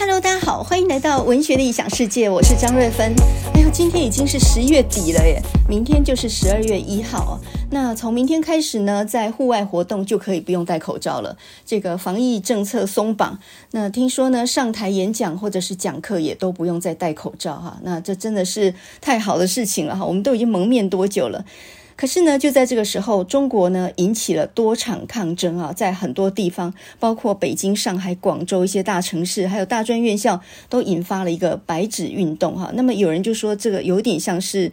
Hello， 大家好，欢迎来到文学的异想世界，我是张瑞芬。哎呦，今天已经是11月底了耶，明天就是12月1号。那从明天开始呢，在户外活动就可以不用戴口罩了。这个防疫政策松绑，那听说呢，上台演讲或者是讲课也都不用再戴口罩哈。那这真的是太好的事情了哈，我们都已经蒙面多久了？可是呢，就在这个时候，中国呢引起了多场抗争啊，在很多地方，包括北京、上海、广州一些大城市，还有大专院校，都引发了一个白纸运动哈。那么有人就说，这个有点像是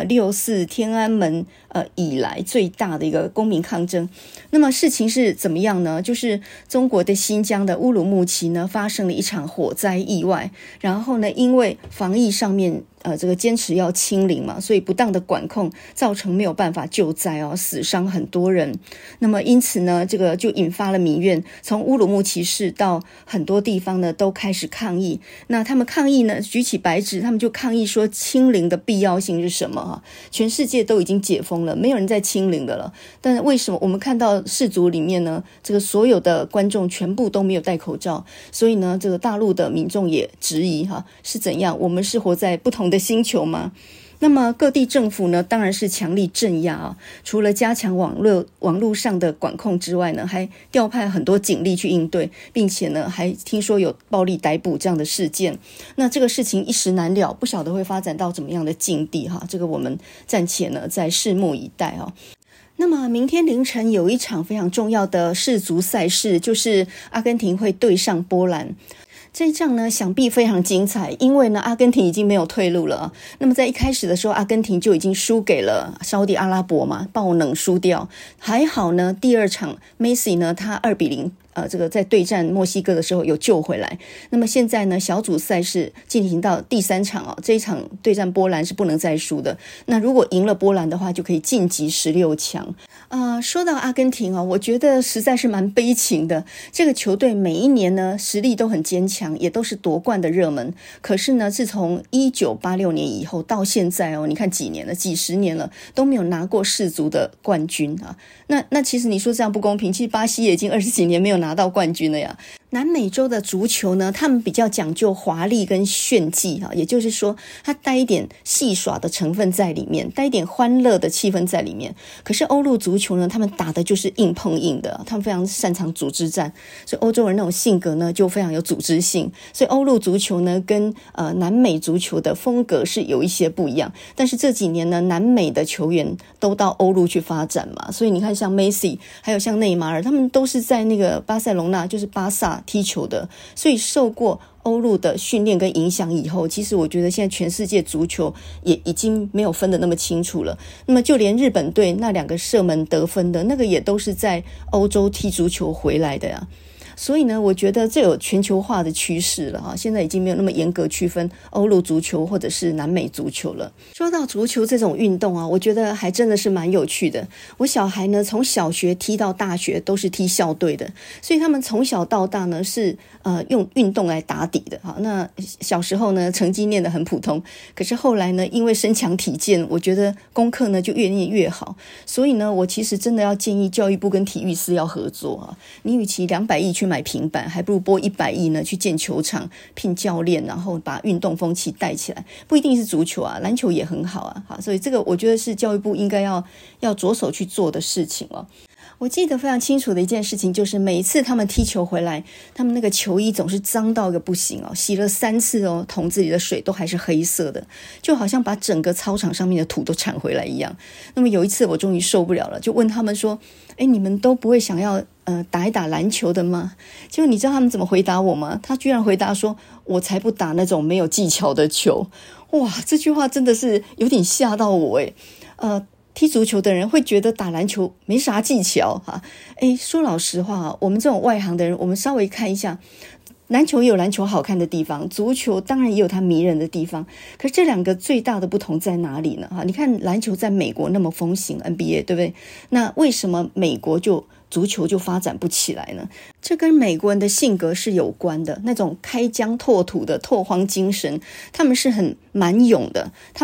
6·4天安门以来最大的一个公民抗争。那么事情是怎么样呢？就是中国的新疆的乌鲁木齐呢发生了一场火灾意外，然后呢，因为防疫上面这个坚持要清零嘛，所以不当的管控造成没有办法救灾哦，死伤很多人。那么因此呢，这个就引发了民怨，从乌鲁木齐市到很多地方呢都开始抗议。那他们抗议呢，举起白纸，他们就抗议说清零的必要性是什么哈？全世界都已经解封了，没有人在清零的了。但是为什么我们看到世足里面呢，这个所有的观众全部都没有戴口罩？所以呢，这个大陆的民众也质疑哈，是怎样？我们是活在不同的星球吗？那么各地政府呢，当然是强力镇压啊，除了加强网络上的管控之外呢，还调派很多警力去应对，并且呢，还听说有暴力逮捕这样的事件。那这个事情一时难料，不晓得会发展到怎么样的境地哈，这个我们暂且呢再拭目以待啊。那么明天凌晨有一场非常重要的世足赛事，就是阿根廷会对上波兰。这一仗呢，想必非常精彩，因为呢，阿根廷已经没有退路了。那么在一开始的时候，阿根廷就已经输给了沙特阿拉伯嘛，爆冷输掉。还好呢，第二场 Messi 呢，他2-0。这个在对战墨西哥的时候有救回来。那么现在呢，小组赛是进行到第3场哦，这一场对战波兰是不能再输的。那如果赢了波兰的话，就可以晋级16强。说到阿根廷我觉得实在是蛮悲情的。这个球队每一年呢实力都很坚强，也都是夺冠的热门。可是呢，自从1986年以后到现在你看几年了，几十年了，都没有拿过世足的冠军啊。那其实你说这样不公平，其实巴西也已经20几年没有拿到冠军了呀。南美洲的足球呢，他们比较讲究华丽跟炫技也就是说它带一点戏耍的成分在里面，带一点欢乐的气氛在里面。可是欧陆足球呢，他们打的就是硬碰硬的，他们非常擅长组织战，所以欧洲人那种性格呢就非常有组织性。所以欧陆足球呢跟南美足球的风格是有一些不一样。但是这几年呢，南美的球员都到欧陆去发展嘛，所以你看像 Messi 还有像内马尔，他们都是在那个巴塞隆纳，就是巴萨踢球的，所以受过欧陆的训练跟影响以后，其实我觉得现在全世界足球也已经没有分得那么清楚了。那么就连日本队那2个射门得分的那个也都是在欧洲踢足球回来的呀。所以呢，我觉得这有全球化的趋势了现在已经没有那么严格区分欧陆足球或者是南美足球了。说到足球这种运动我觉得还真的是蛮有趣的。我小孩呢，从小学踢到大学都是踢校队的，所以他们从小到大呢是用运动来打底的那小时候呢，成绩念得很普通，可是后来呢，因为身强体健，我觉得功课呢就越念越好。所以呢，我其实真的要建议教育部跟体育司要合作你与其200亿去买平板，还不如拨100亿呢去建球场，聘教练，然后把运动风气带起来。不一定是足球篮球也很好所以这个我觉得是教育部应该要着手去做的事情我记得非常清楚的一件事情，就是每一次他们踢球回来，他们那个球衣总是脏到一个不行洗了3次桶子里的水都还是黑色的，就好像把整个操场上面的土都铲回来一样。那么有一次我终于受不了了，就问他们说，你们都不会想要打一打篮球的吗？结果你知道他们怎么回答我吗？他居然回答说，我才不打那种没有技巧的球。哇，这句话真的是有点吓到我踢足球的人会觉得打篮球没啥技巧说老实话我们这种外行的人，我们稍微看一下，篮球也有篮球好看的地方，足球当然也有它迷人的地方，可是这2个最大的不同在哪里呢？你看篮球在美国那么风行 NBA 对不对？那为什么美国足球就发展不起来呢？这跟美国人的性格是有关的，那种开疆拓土的拓荒精神，他们是很蛮勇的，他们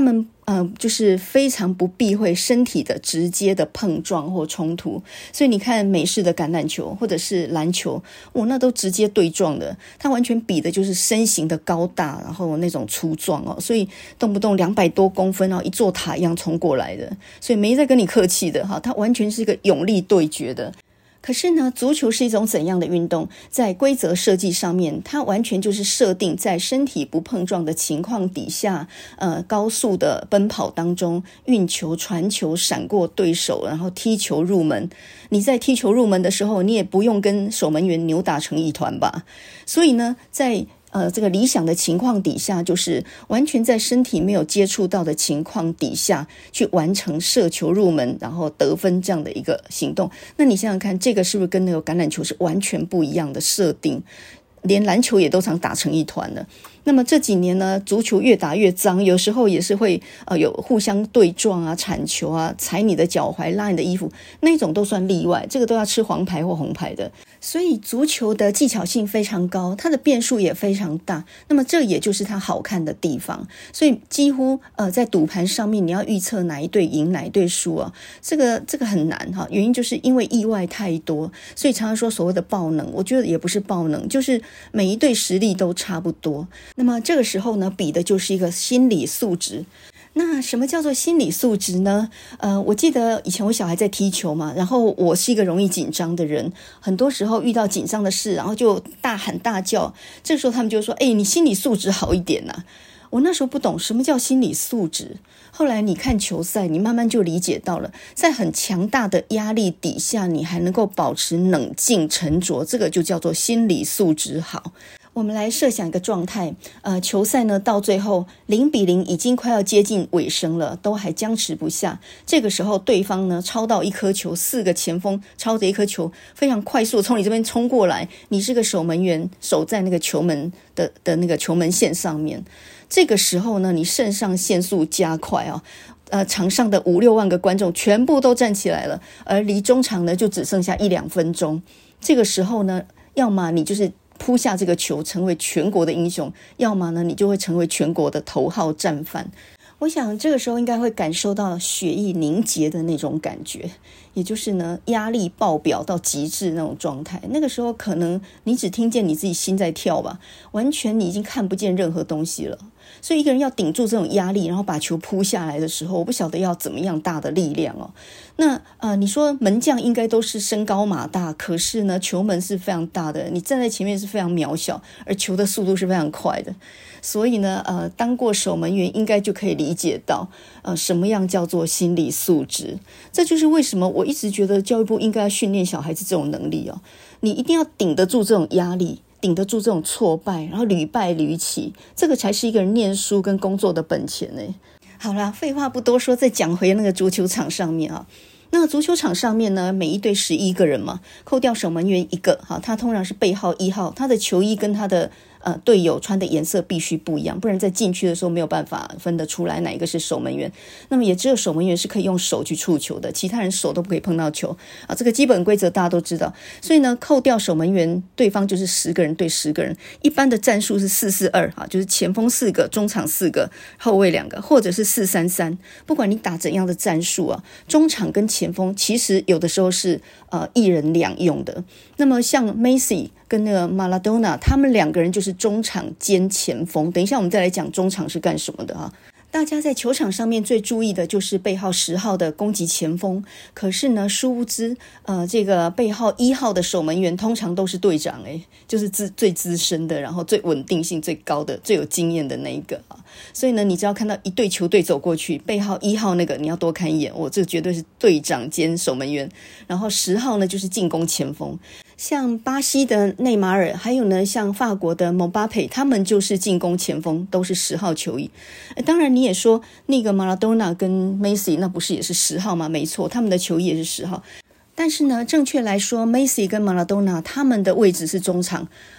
就是非常不避讳身体的直接的碰撞或冲突。所以你看美式的橄榄球或者是篮球，那都直接对撞的，它完全比的就是身形的高大，然后那种粗壮所以动不动200多公分，然后一座塔一样冲过来的，所以没在跟你客气的它完全是一个勇力对决的。可是呢，足球是一种怎样的运动？在规则设计上面，它完全就是设定在身体不碰撞的情况底下，高速的奔跑当中，运球、传球、闪过对手，然后踢球入门。你在踢球入门的时候，你也不用跟守门员扭打成一团吧？所以呢，在这个理想的情况底下，就是完全在身体没有接触到的情况底下去完成射球入门然后得分这样的一个行动。那你想想看，这个是不是跟那个橄榄球是完全不一样的设定？连篮球也都常打成一团了。那么这几年呢，足球越打越脏，有时候也是会有互相对撞啊、铲球啊、踩你的脚踝、拉你的衣服，那种都算例外，这个都要吃黄牌或红牌的。所以足球的技巧性非常高，它的变数也非常大，那么这也就是它好看的地方。所以几乎在赌盘上面你要预测哪一队赢哪一队输这个很难原因就是因为意外太多，所以常常说所谓的爆冷，我觉得也不是爆冷，就是每一队实力都差不多。那么这个时候呢，比的就是一个心理素质。那什么叫做心理素质呢？我记得以前我小孩在踢球嘛，然后我是一个容易紧张的人，很多时候遇到紧张的事，然后就大喊大叫，这时候他们就说你心理素质好一点啊。我那时候不懂什么叫心理素质，后来你看球赛，你慢慢就理解到了，在很强大的压力底下，你还能够保持冷静沉着，这个就叫做心理素质好。我们来设想一个状态，球赛呢到最后0-0，已经快要接近尾声了，都还僵持不下。这个时候对方呢抄到一颗球，4个前锋抄着一颗球，非常快速从你这边冲过来，你是个守门员，守在那个球门的那个球门线上面。这个时候呢，你肾上腺素加快场上的5-6万个观众全部都站起来了，而离中场呢就只剩下1-2分钟。这个时候呢，要么你就是扑下这个球成为全国的英雄，要么呢你就会成为全国的头号战犯。我想这个时候应该会感受到血液凝结的那种感觉，也就是呢压力爆表到极致那种状态。那个时候可能你只听见你自己心在跳吧，完全你已经看不见任何东西了。所以一个人要顶住这种压力，然后把球扑下来的时候，我不晓得要怎么样大的力量那你说门将应该都是身高马大，可是呢球门是非常大的，你站在前面是非常渺小，而球的速度是非常快的。所以呢当过守门员应该就可以理解到什么样叫做心理素质。这就是为什么我一直觉得教育部应该要训练小孩子这种能力你一定要顶得住这种压力，顶得住这种挫败，然后屡败屡起，这个才是一个人念书跟工作的本钱呢。好啦，废话不多说，再讲回那个足球场上面那足球场上面呢，每一队11个人嘛，扣掉守门员1个他通常是背号1号，他的球衣跟他的队友穿的颜色必须不一样，不然在禁区的时候没有办法分得出来哪一个是守门员。那么也只有守门员是可以用手去触球的，其他人手都不可以碰到球这个基本规则大家都知道。所以呢，扣掉守门员，对方就是10个人对10个人。一般的战术是4-4-2就是前锋4个，中场4个，后卫2个，或者是4-3-3。不管你打怎样的战术中场跟前锋其实有的时候是1人2用的。那么像 Messi 跟那个 Maradona 他们2个人就是中场兼前锋，等一下我们再来讲中场是干什么的大家在球场上面最注意的就是背号10号的攻击前锋，可是呢殊不知这个背号1号的守门员通常都是队长就是最资深的，然后最稳定性最高的，最有经验的那一个所以呢你只要看到一队球队走过去，背号1号那个你要多看一眼，这绝对是队长兼守门员。然后10号呢就是进攻前锋，像巴西的内马尔，还有呢像法国的姆巴佩，他们就是进攻前锋，都是10号球衣。当然你也说那个马拉多纳跟梅西那不是也是10号吗？没错，他们的球衣也是10号。但是呢正确来说 Messi 跟马拉多纳他们的位置是中场，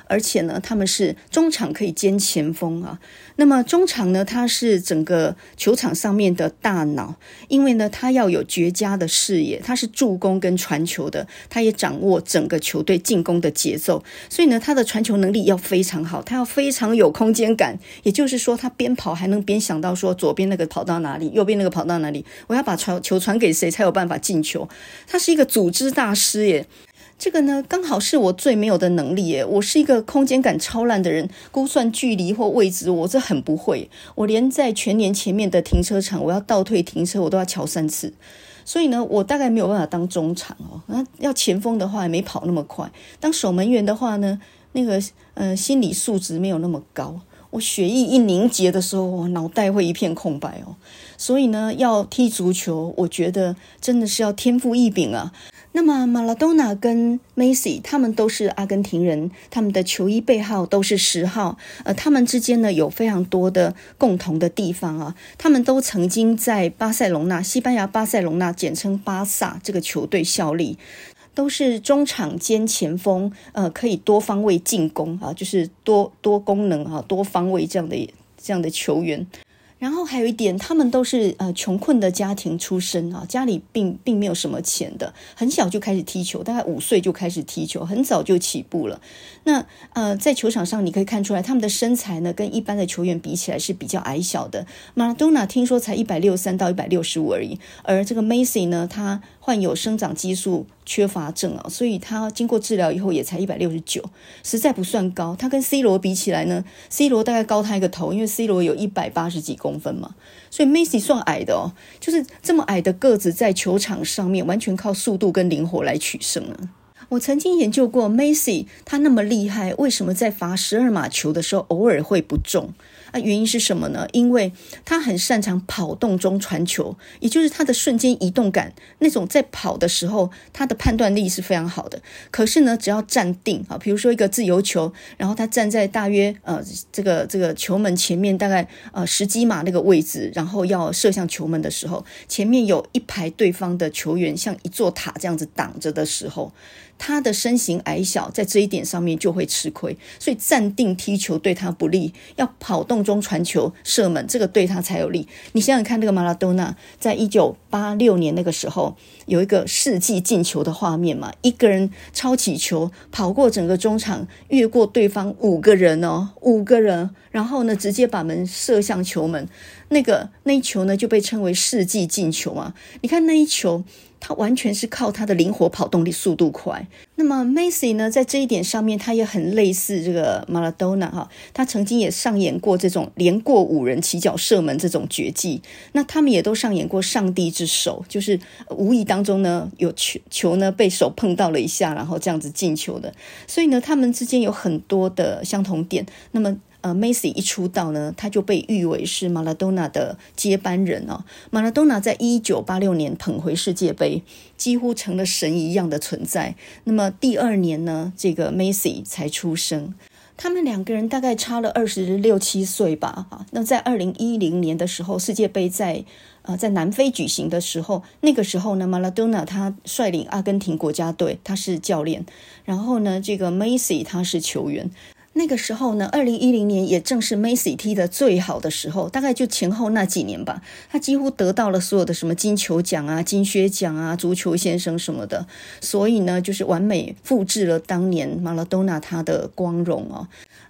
而且呢他们是中场可以兼前锋啊。那么中场呢，他是整个球场上面的大脑，因为呢他要有绝佳的视野，他是助攻跟传球的，他也掌握整个球队进攻的节奏，所以呢他的传球能力要非常好，他要非常有空间感，也就是说他边跑还能边想到说左边那个跑到哪里，右边那个跑到哪里，我要把球传给谁才有办法进球。他是一个组织大师耶。这个呢刚好是我最没有的能力耶，我是一个空间感超烂的人，估算距离或位置我这很不会，我连在全年前面的停车场我要倒退停车我都要瞧3次，所以呢我大概没有办法当中场哦。那要前锋的话也没跑那么快，当守门员的话呢那个心理素质没有那么高，我血液一凝结的时候我脑袋会一片空白哦。所以呢要踢足球我觉得真的是要天赋异禀啊。那么马拉多纳跟梅西他们都是阿根廷人，他们的球衣背号都是10号，他们之间呢有非常多的共同的地方啊。他们都曾经在巴塞隆纳，西班牙巴塞隆纳简称巴萨这个球队效力，都是中场兼前锋，可以多方位进攻啊，就是多功能啊，多方位这样的球员。然后还有一点，他们都是穷困的家庭出身啊，家里并没有什么钱的，很小就开始踢球，大概5岁就开始踢球，很早就起步了。那在球场上你可以看出来，他们的身材呢跟一般的球员比起来是比较矮小的。马拉多纳听说才163到165而已，而这个梅西呢，他患有生长激素缺乏症啊，所以他经过治疗以后也才169，实在不算高。他跟 C 罗比起来呢 ，C 罗大概高他一个头，因为 C 罗有180几公分嘛，所以梅西算矮的哦，就是这么矮的个子在球场上面完全靠速度跟灵活来取胜了。我曾经研究过梅西他那么厉害，为什么在罚12码球的时候偶尔会不中原因是什么呢？因为他很擅长跑动中传球，也就是他的瞬间移动感，那种在跑的时候他的判断力是非常好的。可是呢只要站定比如说一个自由球，然后他站在大约这个球门前面大概10几码那个位置，然后要射向球门的时候，前面有一排对方的球员像一座塔这样子挡着的时候，他的身形矮小，在这一点上面就会吃亏，所以站定踢球对他不利，要跑动中传球射门，这个对他才有利。你想想看，那个马拉多纳在1986年那个时候有一个世纪进球的画面嘛，一个人抄起球跑过整个中场，越过对方5个人5个人，然后呢直接把门射向球门，那一球呢就被称为世纪进球嘛。你看那一球他完全是靠他的灵活跑动力，速度快。那么梅西呢，在这一点上面他也很类似这个马拉多纳他曾经也上演过这种连过5人起脚射门这种绝技。那他们也都上演过上帝之手，就是无意当中呢有球呢被手碰到了一下，然后这样子进球的。所以呢他们之间有很多的相同点。那么梅西一出道呢，他就被誉为是马拉多纳的接班人马拉多纳在1986年捧回世界杯，几乎成了神一样的存在。那么第2年呢，这个梅西才出生。他们2个人大概差了26、7岁吧。那在2010年的时候，世界杯在南非举行的时候，那个时候呢，马拉多纳他率领阿根廷国家队，他是教练，然后呢，这个梅西他是球员。那个时候呢，2010年也正是梅西踢的最好的时候，大概就前后那几年吧，他几乎得到了所有的什么金球奖啊、金靴奖啊、足球先生什么的，所以呢，就是完美复制了当年马拉多纳他的光荣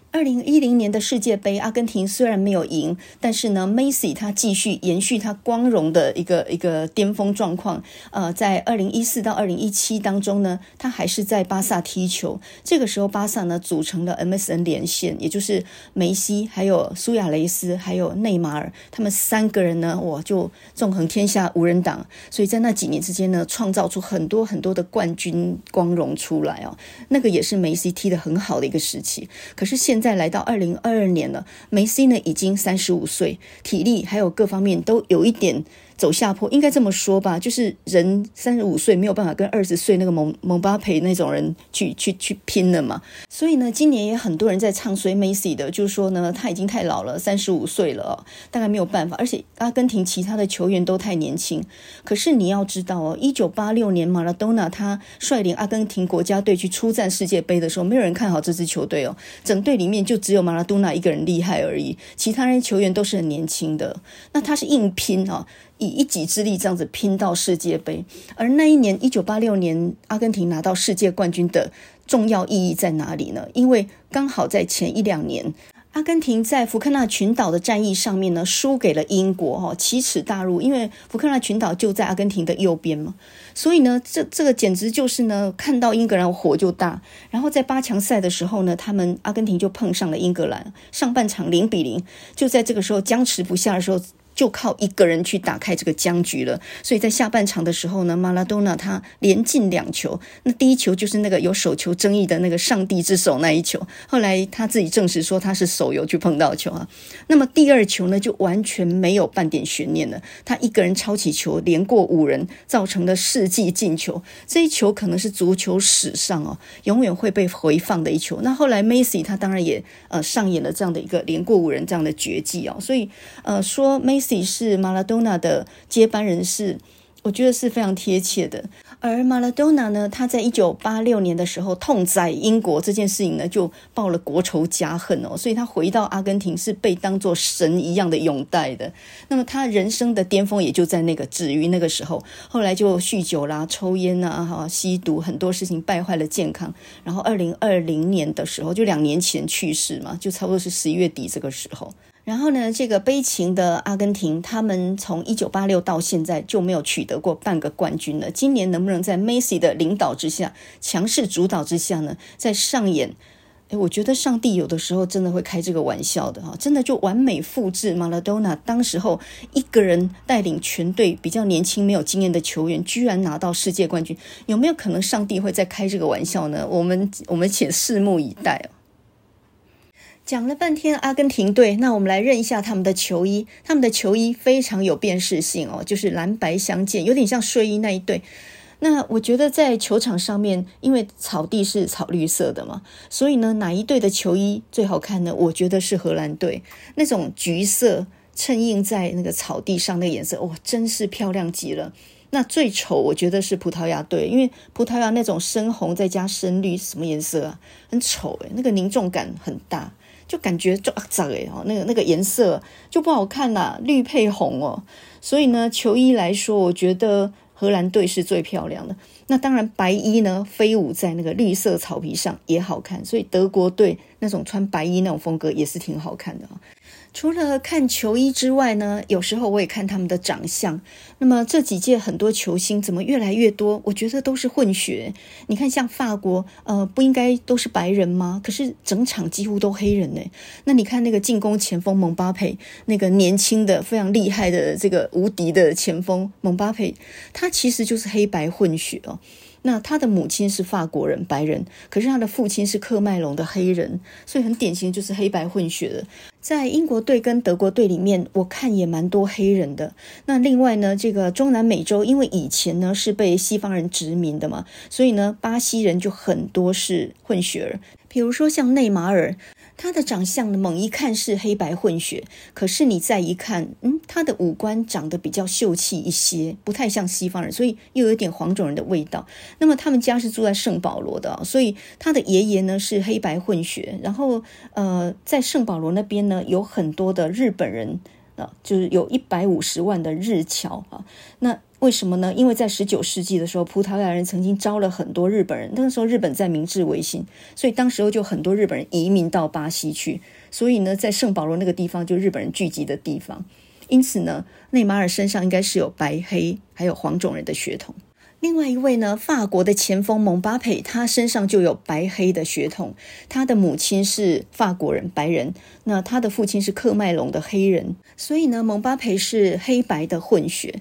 2010年的世界杯，阿根廷虽然没有赢，但是呢，梅西他继续延续他光荣的一个巅峰状况。在2014到2017当中呢，他还是在巴萨踢球。这个时候，巴萨呢组成了 MSN 连线，也就是梅西、还有苏亚雷斯、还有内马尔，他们3个人呢，就纵横天下无人挡。所以在那几年之间呢，创造出很多很多的冠军光荣出来那个也是梅西踢得很好的一个时期。可是现在来到2022年了，梅西呢已经35岁，体力还有各方面都有一点走下坡，应该这么说吧，就是人35岁没有办法跟20岁那个蒙巴佩那种人去拼了嘛。所以呢，今年也很多人在唱衰梅西的，就是说呢，他已经太老了，35岁了大概没有办法，而且阿根廷其他的球员都太年轻。可是你要知道1986年马拉多纳他率领阿根廷国家队去出战世界杯的时候，没有人看好这支球队整队里面就只有马拉多纳一个人厉害而已，其他人球员都是很年轻的。那他是硬拼以一己之力这样子拼到世界杯。而那一年1986年阿根廷拿到世界冠军的重要意义在哪里呢？因为刚好在前1-2年阿根廷在福克纳群岛的战役上面呢，输给了英国奇耻大辱，因为福克纳群岛就在阿根廷的右边嘛，所以呢，这个简直就是呢，看到英格兰火就大。然后在8强赛的时候呢，阿根廷就碰上了英格兰，上半场0-0，就在这个时候僵持不下的时候，就靠一个人去打开这个僵局了。所以在下半场的时候呢，马拉多纳他连进2球，那第一球就是那个有手球争议的那个上帝之手那一球，后来他自己证实说他是手游去碰到球那么第2球呢，就完全没有半点悬念了，他一个人抄起球连过5人，造成了世纪进球。这一球可能是足球史上永远会被回放的一球。那后来梅西他当然也上演了这样的一个连过5人这样的绝技所以说梅西是马拉多纳的接班人我觉得是非常贴切的。而马拉多纳呢，他在1986年的时候痛宰英国这件事情呢，就报了国仇家恨所以他回到阿根廷是被当作神一样的拥戴的。那么他人生的巅峰也就在止于那个时候，后来就酗酒啦、抽烟吸毒，很多事情败坏了健康。然后2020年的时候，就2年前去世嘛，就差不多是11月底这个时候。然后呢，这个悲情的阿根廷，他们从1986到现在就没有取得过半个冠军了。今年能不能在梅西的领导之下、强势主导之下呢，在上演我觉得上帝有的时候真的会开这个玩笑的真的就完美复制马拉多纳当时候一个人带领全队比较年轻没有经验的球员居然拿到世界冠军。有没有可能上帝会再开这个玩笑呢？我们且拭目以待讲了半天阿根廷队，那我们来认一下他们的球衣。他们的球衣非常有辨识性就是蓝白相间，有点像睡衣那一队。那我觉得在球场上面，因为草地是草绿色的嘛，所以呢，哪一队的球衣最好看呢？我觉得是荷兰队，那种橘色衬映在那个草地上，那个颜色真是漂亮极了。那最丑我觉得是葡萄牙队，因为葡萄牙那种深红再加深绿，什么颜色很丑那个凝重感很大，就感觉就那个颜色就不好看啦，绿配红所以呢，球衣来说，我觉得荷兰队是最漂亮的。那当然白衣呢飞舞在那个绿色草皮上也好看，所以德国队那种穿白衣那种风格也是挺好看的除了看球衣之外呢，有时候我也看他们的长相。那么这几届很多球星怎么越来越多？我觉得都是混血。你看像法国不应该都是白人吗？可是整场几乎都黑人那你看那个进攻前锋蒙巴佩，那个年轻的非常厉害的这个无敌的前锋蒙巴佩，他其实就是黑白混血那他的母亲是法国人白人，可是他的父亲是喀麦隆的黑人，所以很典型就是黑白混血的。在英国队跟德国队里面，我看也蛮多黑人的。那另外呢，这个中南美洲因为以前呢是被西方人殖民的嘛，所以呢巴西人就很多是混血儿，比如说像内马尔，他的长相呢猛一看是黑白混血，可是你再一看他的五官长得比较秀气一些，不太像西方人，所以又有点黄种人的味道。那么他们家是住在圣保罗的所以他的爷爷呢是黑白混血。然后在圣保罗那边呢有很多的日本人就是有150万的日侨那为什么呢？因为在19世纪的时候，葡萄牙人曾经招了很多日本人，那个时候日本在明治维新，所以当时候就很多日本人移民到巴西去，所以呢在圣保罗那个地方就日本人聚集的地方。因此呢，内马尔身上应该是有白黑还有黄种人的血统。另外一位呢，法国的前锋蒙巴佩，他身上就有白黑的血统，他的母亲是法国人白人，那他的父亲是喀麦隆的黑人，所以呢蒙巴佩是黑白的混血。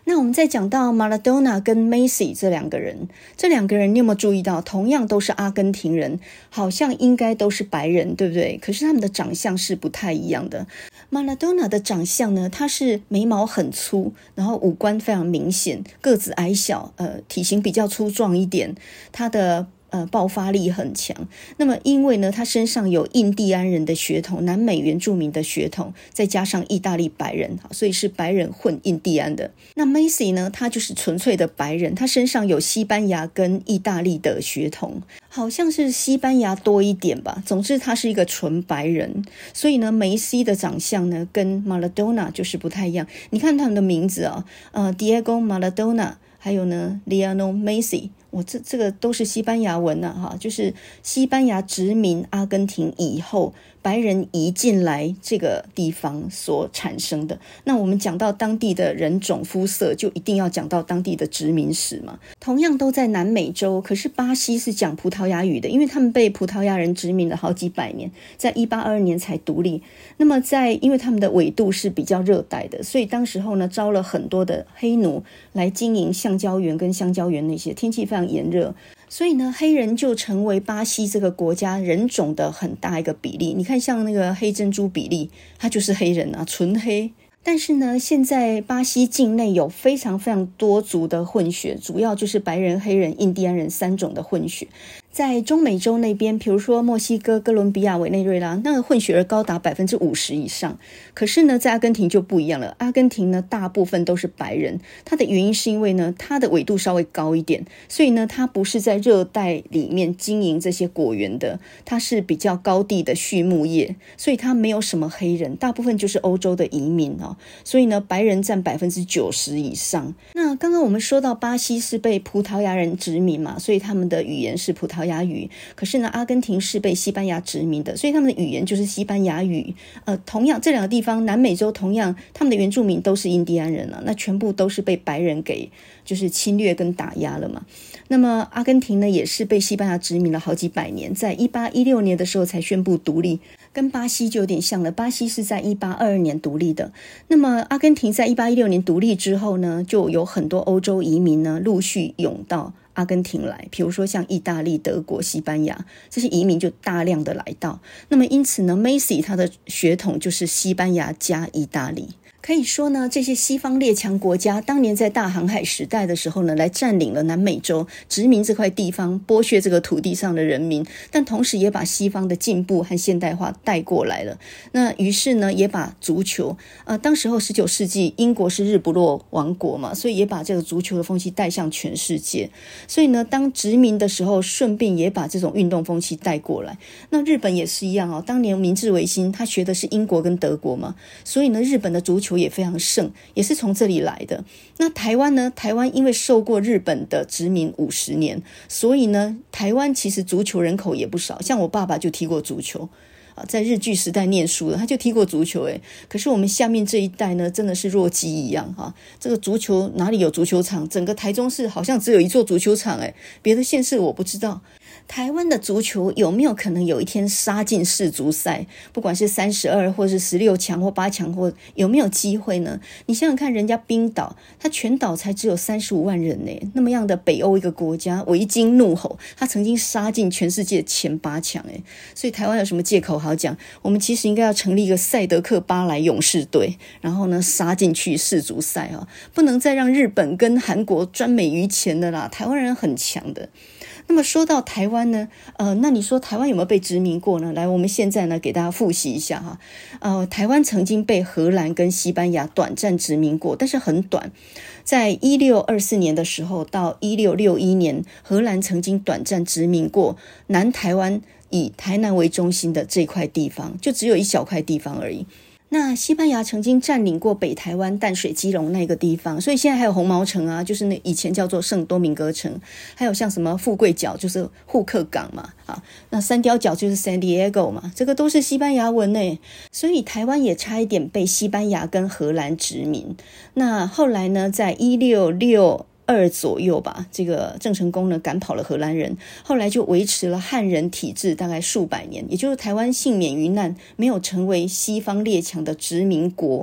那我们再讲到马拉多纳跟梅西这两个人你有没有注意到，同样都是阿根廷人，好像应该都是白人，对不对？可是他们的长相是不太一样的。马拉多纳的长相呢，他是眉毛很粗，然后五官非常明显，个子矮小，体型比较粗壮一点，他的爆发力很强。那么因为呢他身上有印第安人的血统，南美原住民的血统，再加上意大利白人，所以是白人混印第安的。那 Messi 呢，他就是纯粹的白人，他身上有西班牙跟意大利的血统，好像是西班牙多一点吧，总之他是一个纯白人。所以呢梅西的长相呢跟 Maradona 就是不太一样。你看他们的名字啊，Diego Maradona 还有呢 Lionel Messi，这个都是西班牙文啊，就是西班牙殖民阿根廷以后，白人移进来这个地方所产生的。那我们讲到当地的人种肤色，就一定要讲到当地的殖民史嘛。同样都在南美洲，可是巴西是讲葡萄牙语的，因为他们被葡萄牙人殖民了好几百年，在1822年才独立。那么因为他们的纬度是比较热带的，所以当时候呢招了很多的黑奴来经营橡胶园跟香蕉园，那些天气非常炎热，所以呢黑人就成为巴西这个国家人种的很大一个比例。你看像那个黑珍珠比例，它就是黑人啊，纯黑。但是呢现在巴西境内有非常非常多族的混血，主要就是白人、黑人、印第安人三种的混血。在中美洲那边，比如说墨西哥、哥伦比亚、委内瑞拉，那个混血儿高达 50% 以上。可是呢在阿根廷就不一样了，阿根廷呢大部分都是白人，它的原因是因为呢它的纬度稍微高一点，所以呢它不是在热带里面经营这些果园的，它是比较高地的畜牧业，所以它没有什么黑人，大部分就是欧洲的移民所以呢白人占 90% 以上。那刚刚我们说到巴西是被葡萄牙人殖民嘛，所以他们的语言是葡萄牙语。可是呢阿根廷是被西班牙殖民的，所以他们的语言就是西班牙语。同样这两个地方南美洲同样他们的原住民都是印第安人那全部都是被白人给就是侵略跟打压了嘛。那么阿根廷呢也是被西班牙殖民了好几百年，在1816年的时候才宣布独立，跟巴西就有点像了，巴西是在1822年独立的。那么阿根廷在1816年独立之后呢，就有很多欧洲移民呢陆续涌到阿根廷来，比如说像意大利、德国、西班牙，这些移民就大量的来到。那么因此呢 Messi 他的血统就是西班牙加意大利。可以说呢这些西方列强国家当年在大航海时代的时候呢，来占领了南美洲，殖民这块地方，剥削这个土地上的人民，但同时也把西方的进步和现代化带过来了。那于是呢也把足球当时候19世纪英国是日不落王国嘛，所以也把这个足球的风气带向全世界。所以呢当殖民的时候顺便也把这种运动风气带过来。那日本也是一样当年明治维新他学的是英国跟德国嘛，所以呢日本的足球也非常盛，也是从这里来的。那台湾呢，台湾因为受过日本的殖民50年，所以呢台湾其实足球人口也不少，像我爸爸就踢过足球在日据时代念书的，他就踢过足球可是我们下面这一代呢真的是弱鸡一样这个足球哪里有足球场，整个台中市好像只有一座足球场别的县市我不知道。台湾的足球有没有可能有一天杀进世足赛，不管是32或是16强或8强，或有没有机会呢？你想想看，人家冰岛它全岛才只有35万人那么样的北欧一个国家维京怒吼，它曾经杀进全世界前8强所以台湾有什么借口好讲？我们其实应该要成立一个赛德克巴莱勇士队，然后呢杀进去世足赛不能再让日本跟韩国专美于前的啦，台湾人很强的。那么说到台湾呢那你说台湾有没有被殖民过呢？来，我们现在呢给大家复习一下台湾曾经被荷兰跟西班牙短暂殖民过，但是很短，在1624年的时候到1661年，荷兰曾经短暂殖民过南台湾，以台南为中心的这块地方，就只有一小块地方而已。那西班牙曾经占领过北台湾淡水基隆那个地方，所以现在还有红毛城就是那以前叫做圣多明哥城，还有像什么富贵角就是户克港嘛那三雕角就是 San Diego 嘛，这个都是西班牙文所以台湾也差一点被西班牙跟荷兰殖民。那后来呢在1662左右吧，这个郑成功呢赶跑了荷兰人，后来就维持了汉人体制大概数百年，也就是台湾幸免于难，没有成为西方列强的殖民国。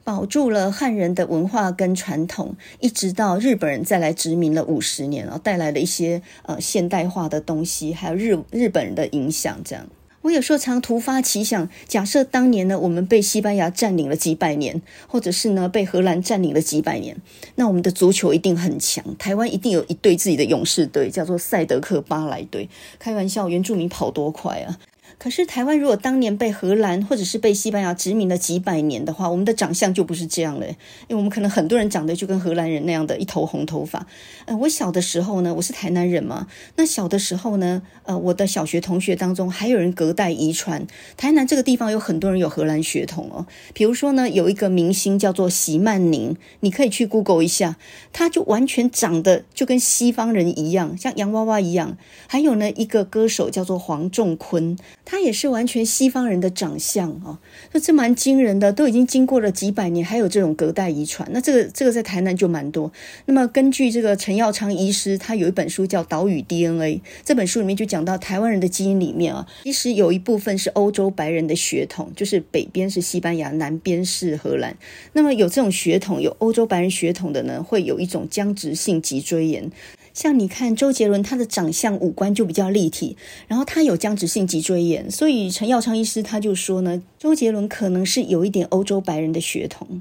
保住了汉人的文化跟传统，一直到日本人再来殖民了50年，带来了一些现代化的东西，还有日本人的影响这样。我有时候常突发奇想，假设当年呢我们被西班牙占领了几百年，或者是呢被荷兰占领了几百年，那我们的足球一定很强，台湾一定有一队自己的勇士队，叫做赛德克巴莱队。开玩笑，原住民跑多快啊！可是台湾如果当年被荷兰或者是被西班牙殖民了几百年的话，我们的长相就不是这样了，因为我们可能很多人长得就跟荷兰人那样的一头红头发。我小的时候呢，我是台南人嘛，那小的时候呢，我的小学同学当中还有人隔代遗传，台南这个地方有很多人有荷兰血统哦。比如说呢，有一个明星叫做席曼宁，你可以去 Google 一下，他就完全长得就跟西方人一样，像洋娃娃一样。还有呢，一个歌手叫做黄仲坤，他也是完全西方人的长相哦，这蛮惊人的，都已经经过了几百年，还有这种隔代遗传。那这个在台南就蛮多。那么根据这个陈耀昌医师，他有一本书叫《岛屿 DNA》，这本书里面就讲到台湾人的基因里面啊，其实有一部分是欧洲白人的血统，就是北边是西班牙，南边是荷兰。那么有这种血统，有欧洲白人血统的呢，会有一种僵直性脊椎炎。像你看周杰伦，他的长相五官就比较立体，然后他有僵直性脊椎炎，所以陈耀昌医师他就说呢，周杰伦可能是有一点欧洲白人的血统。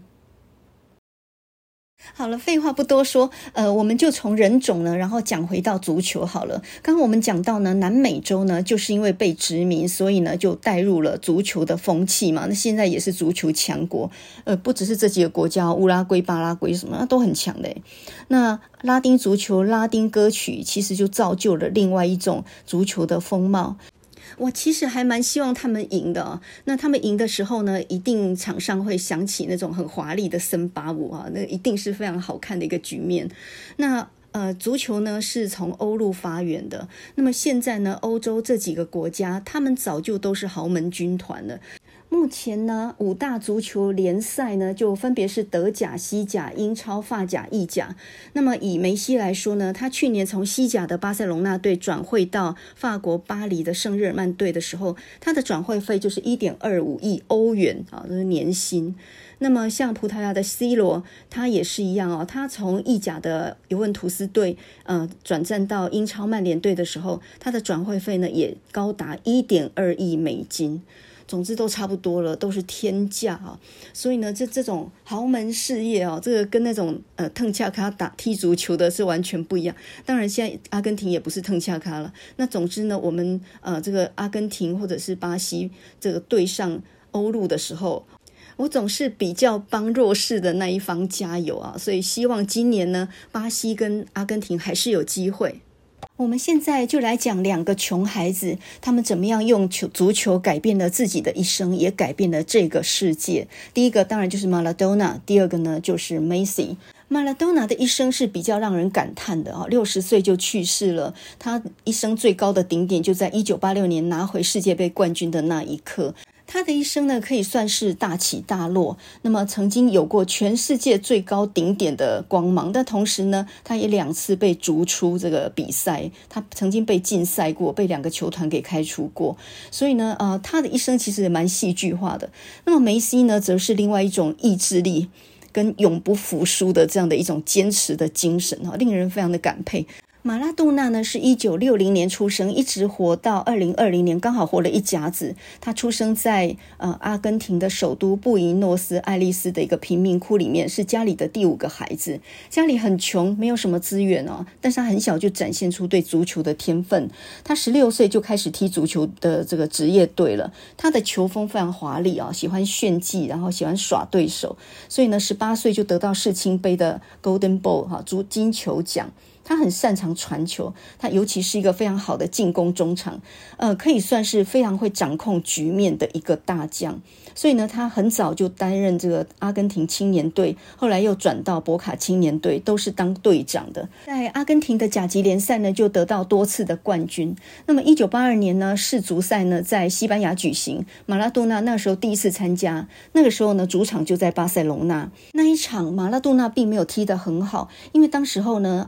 好了，废话不多说，我们就从人种呢，然后讲回到足球好了。刚刚我们讲到呢，南美洲呢，就是因为被殖民，所以呢就带入了足球的风气嘛。那现在也是足球强国，不只是这几个国家，乌拉圭、巴拉圭什么都很强的。那拉丁足球、拉丁歌曲，其实就造就了另外一种足球的风貌。我其实还蛮希望他们赢的哦。那他们赢的时候呢，一定场上会响起那种很华丽的森巴舞啊，那一定是非常好看的一个局面。那足球呢是从欧陆发源的，那么现在呢，欧洲这几个国家，他们早就都是豪门军团了。目前呢，5大足球联赛呢就分别是德甲、西甲、英超、法甲、意甲。那么以梅西来说呢，他去年从西甲的巴塞隆纳队转会到法国巴黎的圣日耳曼队的时候，他的转会费就是 1.25 亿欧元啊，这是年薪。那么像葡萄牙的 C 罗，他也是一样哦，他从意甲的尤文图斯队转战到英超曼联队的时候，他的转会费呢也高达 1.2 亿美金。总之都差不多了，都是天价啊！所以呢，这种豪门事业啊，这个跟那种腾恰卡踢足球的是完全不一样。当然，现在阿根廷也不是腾恰卡了。那总之呢，我们这个阿根廷或者是巴西这个对上欧陆的时候，我总是比较帮弱势的那一方加油啊！所以希望今年呢，巴西跟阿根廷还是有机会。我们现在就来讲2个穷孩子，他们怎么样用足球改变了自己的一生，也改变了这个世界。第一个当然就是马拉多纳，第二个呢就是梅西。马拉多纳的一生是比较让人感叹的，60岁就去世了。他一生最高的顶点就在1986年拿回世界杯冠军的那一刻。他的一生呢，可以算是大起大落。那么曾经有过全世界最高顶点的光芒，但同时呢，他也2次被逐出这个比赛。他曾经被禁赛过，被2个球团给开除过。所以呢，他的一生其实也蛮戏剧化的。那么梅西呢，则是另外一种意志力跟永不服输的这样的一种坚持的精神，令人非常的感佩。马拉多纳呢是1960年出生，一直活到2020年，刚好活了一甲子。他出生在阿根廷的首都布宜诺斯艾利斯的一个贫民窟里面，是家里的第5个孩子。家里很穷，没有什么资源哦，但是他很小就展现出对足球的天分。他16岁就开始踢足球的这个职业队了。他的球风非常华丽啊，喜欢炫技，然后喜欢耍对手，所以呢18岁就得到世青杯的 Golden Ball 金球奖。他很擅长传球，他尤其是一个非常好的进攻中场，可以算是非常会掌控局面的一个大将。所以呢，他很早就担任这个阿根廷青年队，后来又转到博卡青年队，都是当队长的。在阿根廷的甲级联赛呢，就得到多次的冠军。那么1982年呢，世足赛呢在西班牙举行，马拉多纳那时候第一次参加，那个时候呢主场就在巴塞隆纳。那一场马拉多纳并没有踢得很好，因为当时候呢阿根廷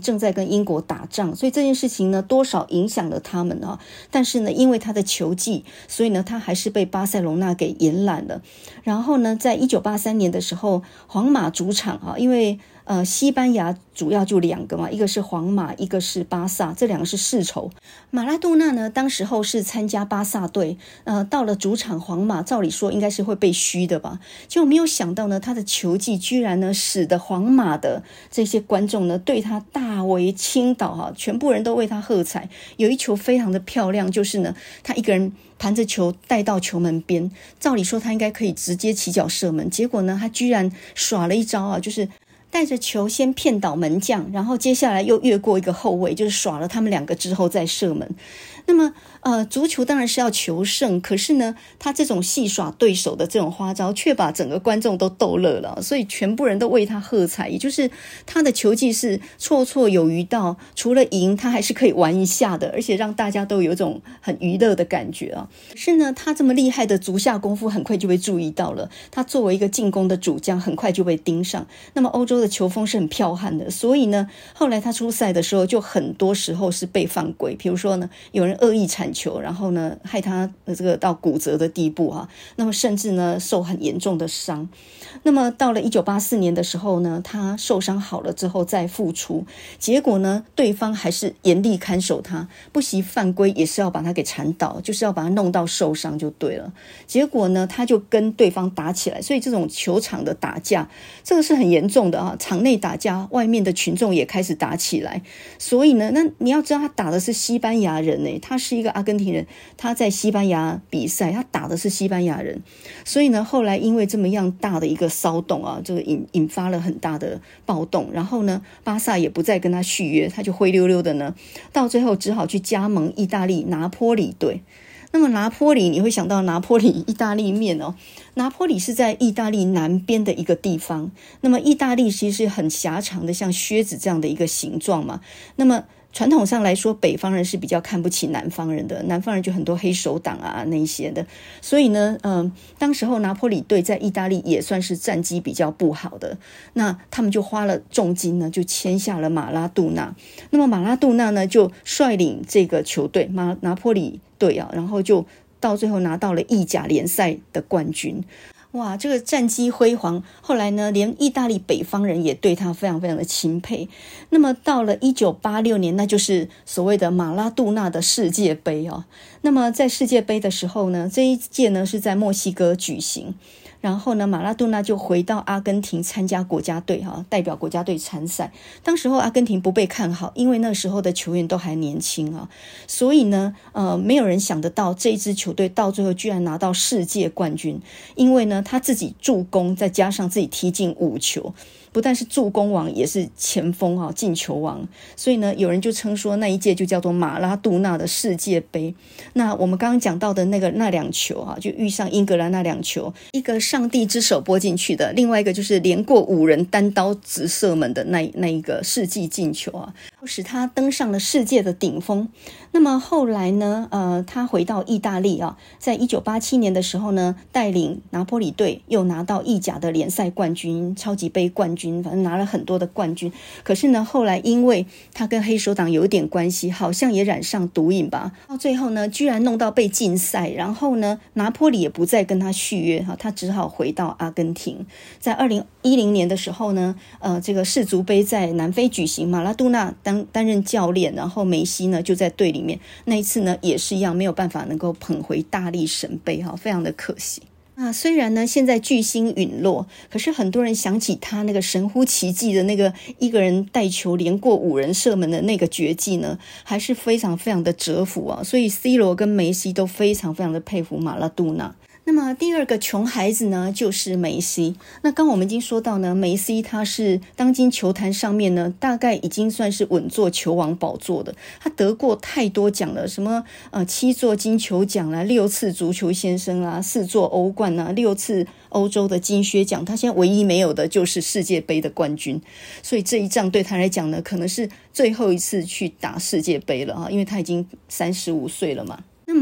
正在跟英国打仗，所以这件事情呢多少影响了他们啊。但是呢，因为他的球技，所以呢他还是被巴塞隆纳给延揽了。然后呢，在1983年的时候，皇马主场啊，因为西班牙主要就2个嘛，一个是皇马，一个是巴萨，这2个是世仇。马拉杜纳呢，当时候是参加巴萨队，到了主场皇马，照理说应该是会被嘘的吧，结果没有想到呢，他的球技居然呢，使得皇马的这些观众呢，对他大为倾倒哈，全部人都为他喝彩。有一球非常的漂亮，就是呢，他一个人盘着球带到球门边，照理说他应该可以直接起脚射门，结果呢，他居然耍了一招啊，就是带着球先骗倒门将，然后接下来又越过一个后卫，就是耍了他们2个之后再射门。那么足球当然是要求胜，可是呢他这种戏耍对手的这种花招却把整个观众都逗乐了，所以全部人都为他喝彩，也就是他的球技是绰绰有余到除了赢他还是可以玩一下的，而且让大家都有一种很娱乐的感觉啊。可是呢他这么厉害的足下功夫很快就被注意到了，他作为一个进攻的主将很快就被盯上。那么欧洲的球风是很剽悍的，所以呢后来他出赛的时候就很多时候是被犯规，比如说呢有人恶意铲球，然后呢害他这个到骨折的地步啊，那么甚至呢受很严重的伤。那么到了1984年的时候呢，他受伤好了之后再复出，结果呢对方还是严厉看守他，不惜犯规也是要把他给铲倒，就是要把他弄到受伤就对了。结果呢他就跟对方打起来，所以这种球场的打架这个是很严重的啊，场内打架，外面的群众也开始打起来。所以呢，那你要知道他打的是西班牙人欸，他是一个阿根廷人，他在西班牙比赛，他打的是西班牙人。所以呢后来因为这么样大的一个骚动啊，这个引发了很大的暴动，然后呢巴萨也不再跟他续约，他就灰溜溜的呢到最后只好去加盟意大利拿坡里队。那么拿坡里你会想到拿坡里意大利面哦，拿坡里是在意大利南边的一个地方，那么意大利其实是很狭长的，像靴子这样的一个形状嘛。那么传统上来说，北方人是比较看不起南方人的，南方人就很多黑手党啊那一些的，所以呢当时候拿坡里队在意大利也算是战绩比较不好的，那他们就花了重金呢就签下了马拉杜纳。那么马拉杜纳呢就率领这个球队拿坡里队啊，然后就到最后拿到了意甲联赛的冠军。哇，这个战绩辉煌，后来呢连意大利北方人也对他非常非常的钦佩。那么到了1986年，那就是所谓的马拉杜纳的世界杯哦。那么在世界杯的时候呢，这一届呢是在墨西哥举行，然后呢马拉杜纳就回到阿根廷参加国家队代表国家队参赛。当时候阿根廷不被看好，因为那时候的球员都还年轻啊，所以呢没有人想得到这一支球队到最后居然拿到世界冠军。因为呢他自己助攻，再加上自己踢进5球，不但是助攻王，也是前锋进球王，所以呢有人就称说那一届就叫做马拉杜纳的世界杯。那我们刚刚讲到的那2球就遇上英格兰那2球，一个上帝之手拨进去的，另外一个就是连过5人单刀直射门的那一个世纪进球使他登上了世界的顶峰。那么后来呢他回到意大利在1987年的时候呢，带领拿坡里队又拿到意甲的联赛冠军、超级杯冠军，反正拿了很多的冠军。可是呢后来因为他跟黑手党有一点关系，好像也染上毒瘾吧，到最后呢居然弄到被禁赛，然后呢拿坡里也不再跟他续约他只好回到阿根廷。在2010年的时候呢这个世足杯在南非举行，马拉杜纳担任教练，然后梅西呢就在队里面。那一次呢也是一样没有办法能够捧回大力神杯非常的可惜。虽然呢现在巨星陨落，可是很多人想起他那个神乎其技的那个一个人带球连过5人射门的那个绝技呢，还是非常非常的折服所以 C 罗跟梅西都非常非常的佩服马拉杜纳。那么第二个穷孩子呢就是梅西。那刚我们已经说到呢，梅西他是当今球坛上面呢大概已经算是稳坐球王宝座的，他得过太多奖了，什么7座金球奖啦，6次足球先生啦，4座欧冠啦，6次欧洲的金靴奖，他现在唯一没有的就是世界杯的冠军。所以这一仗对他来讲呢可能是最后一次去打世界杯了因为他已经35岁了嘛。那么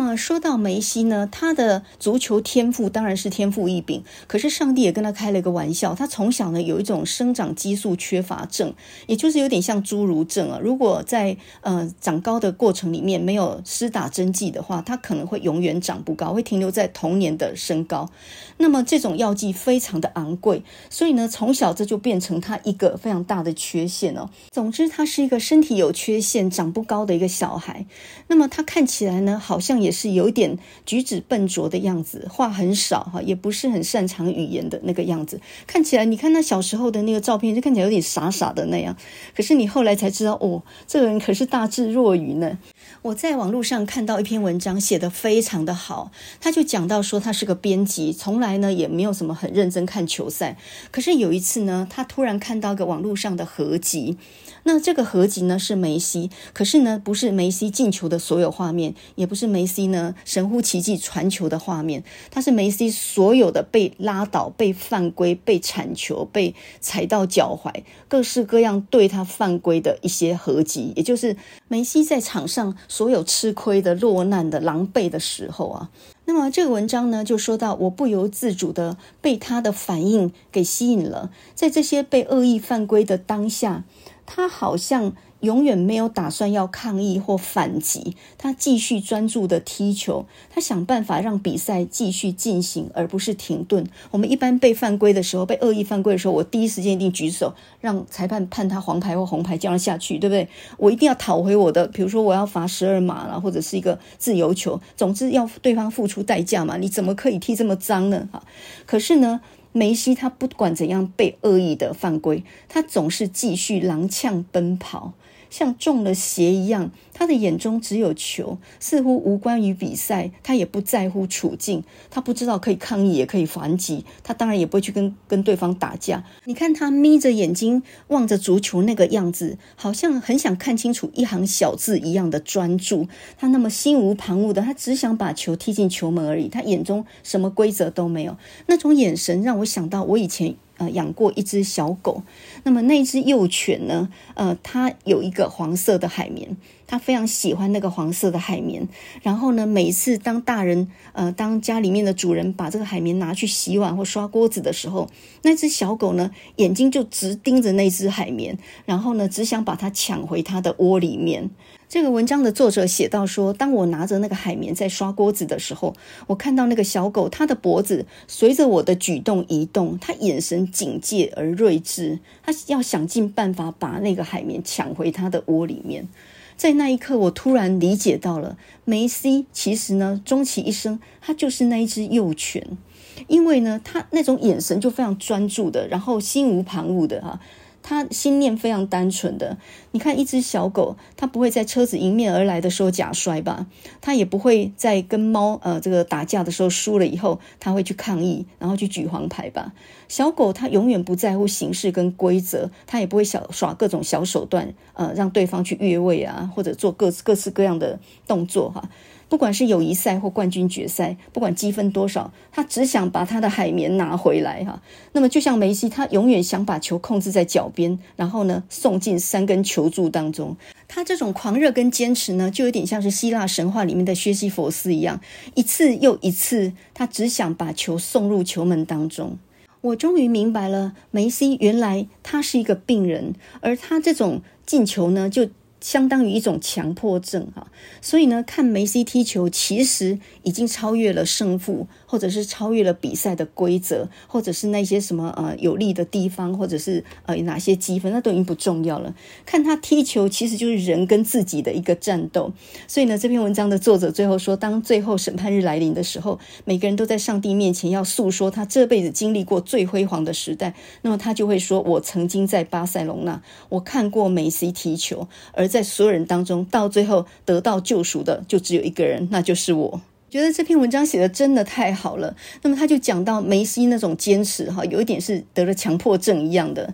么说到梅西呢，他的足球天赋当然是天赋异禀，可是上帝也跟他开了一个玩笑，他从小呢有一种生长激素缺乏症，也就是有点像侏儒症啊。如果在长高的过程里面没有施打针剂的话，他可能会永远长不高，会停留在童年的身高。那么这种药剂非常的昂贵，所以呢从小这就变成他一个非常大的缺陷哦。总之他是一个身体有缺陷长不高的一个小孩。那么他看起来呢好像也是有一点举止笨拙的样子，话很少，也不是很擅长语言的那个样子，看起来你看他小时候的那个照片就看起来有点傻傻的那样，可是你后来才知道这个人可是大智若愚呢。我在网络上看到一篇文章写得非常的好，他就讲到说他是个编辑，从来呢也没有什么很认真看球赛，可是有一次呢他突然看到一个网络上的合集，那这个合集呢是梅西，可是呢不是梅西进球的所有画面，也不是梅西呢神乎其技传球的画面，它是梅西所有的被拉倒、被犯规、被铲球、被踩到脚踝，各式各样对他犯规的一些合集，也就是梅西在场上所有吃亏的、落难的、狼狈的时候啊。那么这个文章呢就说到，我不由自主的被他的反应给吸引了，在这些被恶意犯规的当下，他好像永远没有打算要抗议或反击，他继续专注的踢球，他想办法让比赛继续进行，而不是停顿。我们一般被犯规的时候，被恶意犯规的时候，我第一时间一定举手，让裁判判他黄牌或红牌，这样下去，对不对？我一定要讨回我的，比如说我要罚12码啦，或者是一个自由球，总之要对方付出代价嘛，你怎么可以踢这么脏呢？可是呢梅西他不管怎样被恶意的犯规，他总是继续踉跄奔跑，像中了邪一样，他的眼中只有球，似乎无关于比赛，他也不在乎处境，他不知道可以抗议也可以反击，他当然也不会去跟对方打架。你看他眯着眼睛望着足球那个样子，好像很想看清楚一行小字一样的专注，他那么心无旁骛的，他只想把球踢进球门而已，他眼中什么规则都没有。那种眼神让我想到我以前养过一只小狗，那么那只幼犬呢它有一个黄色的海绵，它非常喜欢那个黄色的海绵，然后呢每一次当大人当家里面的主人把这个海绵拿去洗碗或刷锅子的时候，那只小狗呢眼睛就直盯着那只海绵，然后呢只想把它抢回它的窝里面。这个文章的作者写到说，当我拿着那个海绵在刷锅子的时候，我看到那个小狗，它的脖子随着我的举动移动，它眼神警戒而睿智，它要想尽办法把那个海绵抢回它的窝里面。在那一刻我突然理解到了，梅西其实呢终其一生他就是那一只幼犬，因为呢他那种眼神就非常专注的，然后心无旁骛的他心念非常单纯的。你看一只小狗，它不会在车子迎面而来的时候假摔吧，它也不会在跟猫这个打架的时候输了以后它会去抗议然后去举黄牌吧。小狗它永远不在乎形式跟规则，它也不会耍各种小手段让对方去越位啊，或者做各式各样的动作不管是友谊赛或冠军决赛，不管积分多少，他只想把他的海绵拿回来那么就像梅西，他永远想把球控制在脚边，然后呢送进3根球柱当中。他这种狂热跟坚持呢，就有点像是希腊神话里面的薛西弗斯一样，一次又一次，他只想把球送入球门当中。我终于明白了，梅西原来他是一个病人，而他这种进球呢，就相当于一种强迫症所以呢看梅西踢球其实已经超越了胜负，或者是超越了比赛的规则，或者是那些什么有利的地方，或者是哪些积分，那都已经不重要了。看他踢球其实就是人跟自己的一个战斗。所以呢这篇文章的作者最后说，当最后审判日来临的时候，每个人都在上帝面前要诉说他这辈子经历过最辉煌的时代，那么他就会说，我曾经在巴塞隆纳，我看过梅西踢球，而在所有人当中到最后得到救赎的就只有一个人，那就是我。觉得这篇文章写得真的太好了。那么他就讲到梅西那种坚持有一点是得了强迫症一样的。那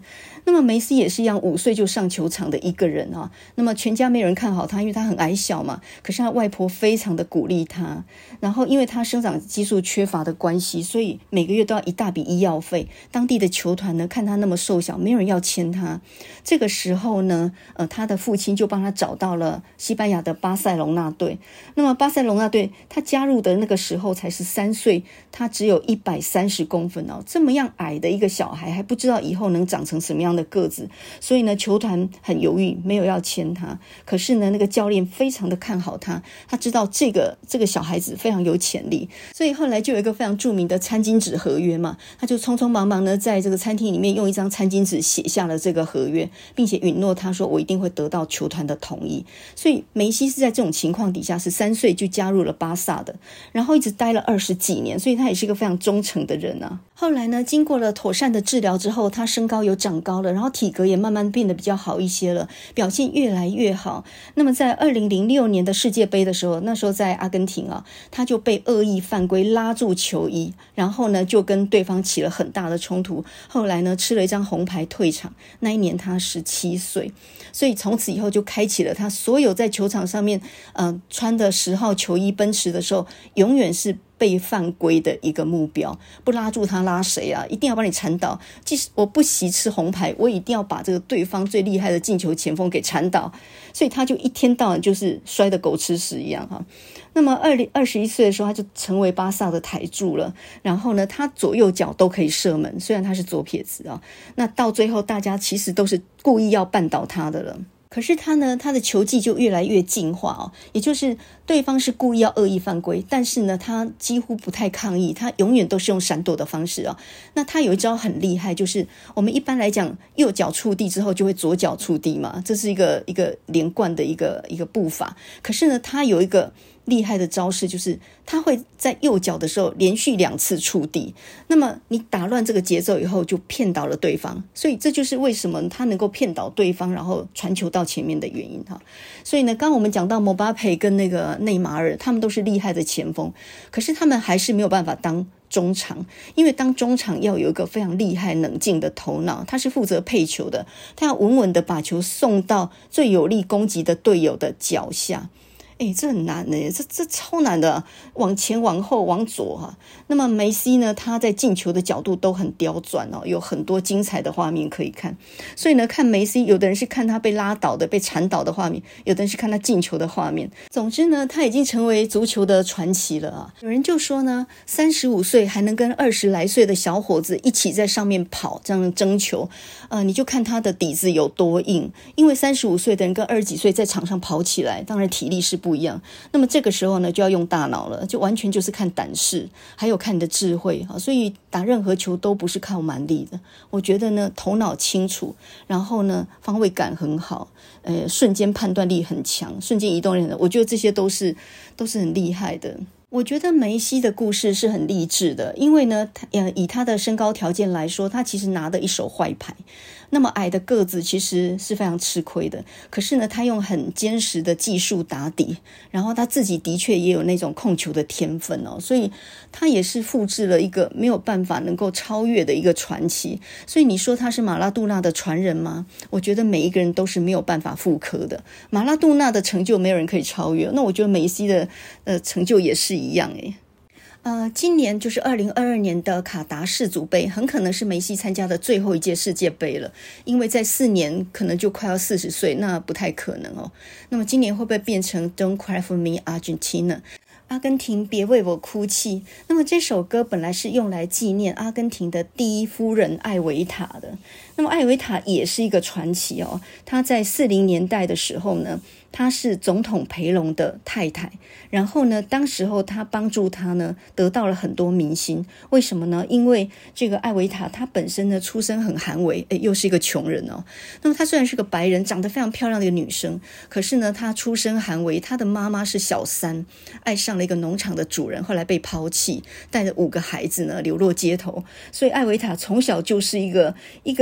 那么梅西也是一样，5岁就上球场的一个人啊。那么全家没有人看好他，因为他很矮小嘛。可是他外婆非常的鼓励他，然后因为他生长激素缺乏的关系，所以每个月都要一大笔医药费。当地的球团呢，看他那么瘦小，没有人要签他。这个时候呢，他的父亲就帮他找到了西班牙的巴塞隆纳队。那么巴塞隆纳队他加入的那个时候才13岁，他只有130公分哦，这么样矮的一个小孩，还不知道以后能长成什么样的个子。所以呢，球团很犹豫，没有要签他。可是呢，那个教练非常的看好他，他知道这个小孩子非常有潜力，所以后来就有一个非常著名的餐巾纸合约嘛，他就匆匆忙忙呢，在这个餐厅里面用一张餐巾纸写下了这个合约，并且允诺他说我一定会得到球团的同意。所以梅西是在这种情况底下13岁就加入了巴萨的，然后一直待了20几年，所以他也是一个非常忠诚的人啊。后来呢，经过了妥善的治疗之后，他身高有长高了，然后体格也慢慢变得比较好一些了，表现越来越好。那么在2006年的世界杯的时候，那时候在阿根廷啊，他就被恶意犯规拉住球衣，然后呢就跟对方起了很大的冲突，后来呢吃了一张红牌退场。那一年他17岁，所以从此以后就开启了他所有在球场上面穿的10号球衣奔驰的时候，永远是被犯规的一个目标。不拉住他拉谁啊？一定要把你铲倒。即使我不惜吃红牌，我一定要把这个对方最厉害的进球前锋给铲倒。所以他就一天到晚就是摔得狗吃屎一样哈。那么21岁的时候，他就成为巴萨的台柱了。然后呢，他左右脚都可以射门，虽然他是左撇子啊。那到最后，大家其实都是故意要绊倒他的了。可是他呢，他的球技就越来越进化哦，也就是对方是故意要恶意犯规，但是呢，他几乎不太抗议，他永远都是用闪躲的方式哦。那他有一招很厉害，就是我们一般来讲，右脚触地之后就会左脚触地嘛，这是一个连贯的一个步伐。可是呢，他有一个厉害的招式，就是他会在右脚的时候连续2次触地，那么你打乱这个节奏以后就骗倒了对方，所以这就是为什么他能够骗倒对方然后传球到前面的原因哈。所以呢，刚刚我们讲到姆巴佩跟那个内马尔，他们都是厉害的前锋，可是他们还是没有办法当中场，因为当中场要有一个非常厉害冷静的头脑，他是负责配球的，他要稳稳的把球送到最有力攻击的队友的脚下。这很难的，这超难的，往前往后往左哈。那么梅西呢，他在进球的角度都很刁钻哦，有很多精彩的画面可以看。所以呢，看梅西，有的人是看他被拉倒的、被铲倒的画面，有的人是看他进球的画面。总之呢，他已经成为足球的传奇了啊。有人就说呢，35岁还能跟20来岁的小伙子一起在上面跑，这样争球，你就看他的底子有多硬。因为35岁的人跟20几岁在场上跑起来，当然体力是不一样。那么这个时候呢，就要用大脑了，就完全就是看胆识，还有看你的智慧啊。所以打任何球都不是靠蛮力的。我觉得呢，头脑清楚，然后呢，方位感很好，瞬间判断力很强，瞬间移动力很，我觉得这些都是很厉害的。我觉得梅西的故事是很励志的，因为呢，以他的身高条件来说，他其实拿的一手坏牌。那么矮的个子其实是非常吃亏的，可是呢，他用很坚实的技术打底，然后他自己的确也有那种控球的天分哦，所以他也是复制了一个没有办法能够超越的一个传奇。所以你说他是马拉杜纳的传人吗？我觉得每一个人都是没有办法复刻的。马拉杜纳的成就没有人可以超越，那我觉得梅西的成就也是一样诶。今年就是2022年的卡达世足杯，很可能是梅西参加的最后一届世界杯了，因为在4年可能就快要40岁，那不太可能哦。那么今年会不会变成 Don't Cry for Me Argentina？阿根廷别为我哭泣。那么这首歌本来是用来纪念阿根廷的第一夫人艾维塔的。那么艾维塔也是一个传奇哦，她在40年代的时候呢，她是总统培龙的太太，然后呢，当时候她帮助他呢得到了很多民心。为什么呢？因为这个艾维塔她本身呢出身很寒微，又是一个穷人哦。那么她虽然是个白人，长得非常漂亮的一个女生，可是呢她出身寒微，她的妈妈是小三，爱上了一个农场的主人，后来被抛弃，带着5个孩子呢流落街头。所以艾维塔从小就是一个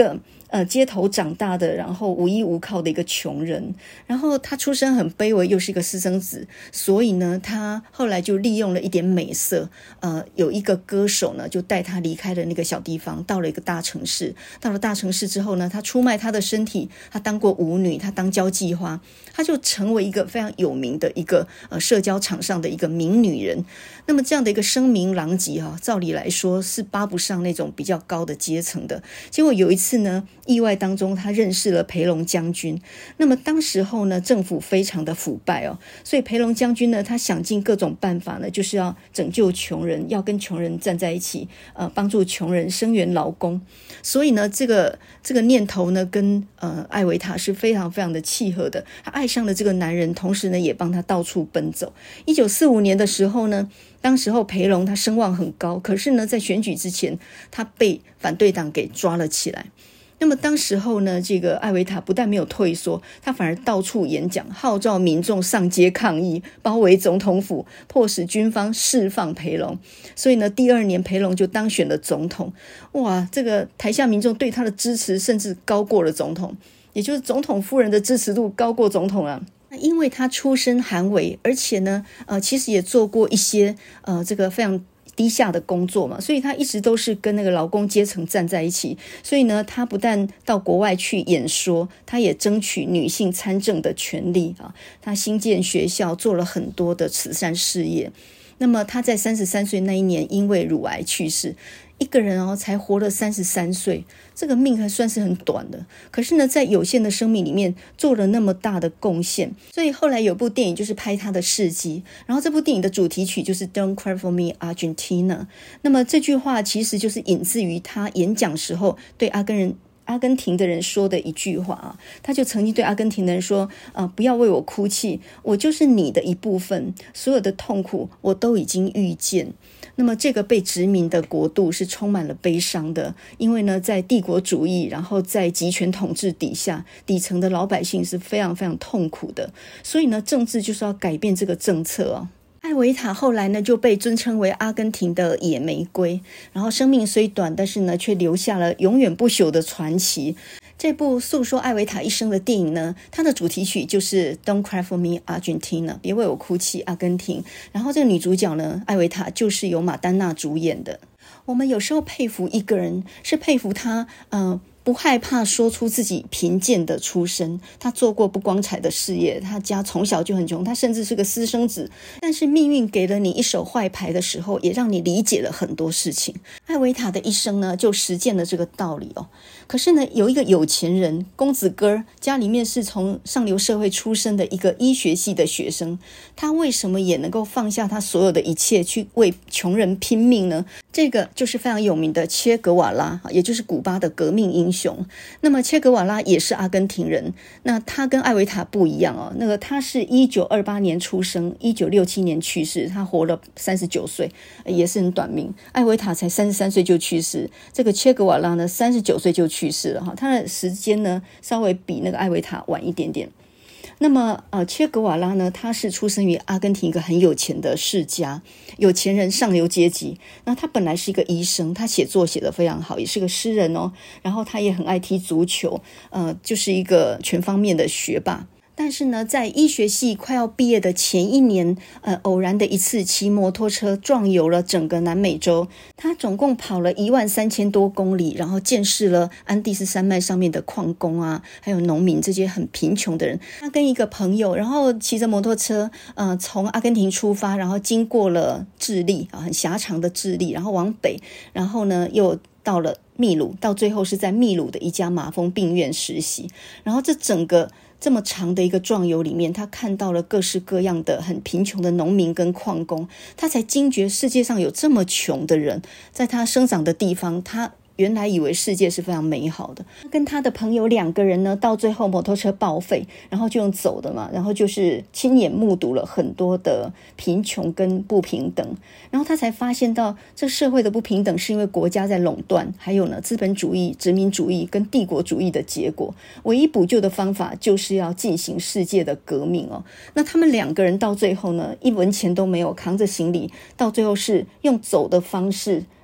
街头长大的，然后无依无靠的一个穷人，然后他出身很卑微，又是一个私生子，所以呢他后来就利用了一点美色，有一个歌手呢就带他离开了那个小地方，到了一个大城市。到了大城市之后呢，他出卖他的身体，他当过舞女，他当交际花，他就成为一个非常有名的一个社交场上的一个名女人。那么这样的一个声名狼藉照理来说是扒不上那种比较高的阶层的。结果有一次呢，意外当中他认识了裴隆将军。那么当时候呢，政府非常的腐败所以裴隆将军呢，他想尽各种办法呢，就是要拯救穷人，要跟穷人站在一起，帮助穷人声援劳工。所以呢，这个念头呢，跟艾维塔是非常非常的契合的。他爱上了这个男人，同时呢，也帮他到处奔走。1945年的时候呢，当时候裴隆他声望很高，可是呢，在选举之前，他被反对党给抓了起来。那么当时候呢，这个艾维塔不但没有退缩，他反而到处演讲，号召民众上街抗议，包围总统府，迫使军方释放裴隆。所以呢，第2年裴隆就当选了总统。哇，这个台下民众对他的支持甚至高过了总统，也就是总统夫人的支持度高过总统啊。因为他出身寒微，而且呢，其实也做过一些这个非常低下的工作嘛，所以他一直都是跟那个劳工阶层站在一起。所以呢，他不但到国外去演说，他也争取女性参政的权利他兴建学校，做了很多的慈善事业。那么他在33岁那一年因为乳癌去世。一个人才活了33岁，这个命还算是很短的。可是呢，在有限的生命里面做了那么大的贡献，所以后来有部电影就是拍他的事迹。然后这部电影的主题曲就是 Don't Cry for Me Argentina。那么这句话其实就是引自于他演讲时候对阿根廷的人说的一句话他就曾经对阿根廷的人说不要为我哭泣，我就是你的一部分，所有的痛苦我都已经遇见。那么这个被殖民的国度是充满了悲伤的，因为呢，在帝国主义，然后在集权统治底下，底层的老百姓是非常非常痛苦的。所以呢，政治就是要改变这个政策艾维塔后来呢就被尊称为阿根廷的野玫瑰，然后生命虽短，但是呢却留下了永远不朽的传奇。这部诉说艾维塔一生的电影呢，它的主题曲就是 Don't Cry for Me Argentina， 别为我哭泣阿根廷。然后这个女主角呢，艾维塔就是由马丹娜主演的。我们有时候佩服一个人，是佩服他不害怕说出自己贫贱的出身，他做过不光彩的事业，他家从小就很穷，他甚至是个私生子。但是命运给了你一手坏牌的时候，也让你理解了很多事情。艾维塔的一生呢，就实践了这个道理可是呢，有一个有钱人公子哥，家里面是从上流社会出身的一个医学系的学生，他为什么也能够放下他所有的一切去为穷人拼命呢？这个就是非常有名的切格瓦拉，也就是古巴的革命英雄。那么切格瓦拉也是阿根廷人，那他跟艾维塔不一样那个他是1928年出生，1967年去世，他活了39岁，也是很短命。艾维塔才33岁就去世，这个切格瓦拉呢39岁就去世了他的时间呢稍微比那个艾维塔晚一点点。那么切格瓦拉呢，他是出生于阿根廷一个很有钱的世家，有钱人上流阶级。那他本来是一个医生，他写作写得非常好，也是个诗人然后他也很爱踢足球，就是一个全方面的学霸。但是呢，在医学系快要毕业的前一年，偶然的一次骑摩托车壮游了整个南美洲。他总共跑了13000多公里，然后见识了安第斯山脉上面的矿工还有农民这些很贫穷的人。他跟一个朋友，然后骑着摩托车，从阿根廷出发，然后经过了智利很狭长的智利，然后往北，然后呢又到了秘鲁，到最后是在秘鲁的一家麻风病院实习。然后这整个这么长的一个壮游里面，他看到了各式各样的很贫穷的农民跟矿工，他才惊觉世界上有这么穷的人。在他生长的地方，他原来以为世界是非常美好的。跟他的朋友2个人呢，到最后摩托车报废，然后就用走的嘛，然后就是亲眼目睹了很多的贫穷跟不平等。然后他才发现到这社会的不平等是因为国家在垄断，还有呢资本主义、殖民主义跟帝国主义的结果。唯一补救的方法就是要进行世界的革命那他们2个人到最后呢，1文钱都没有，扛着行李，到最后是用走的方式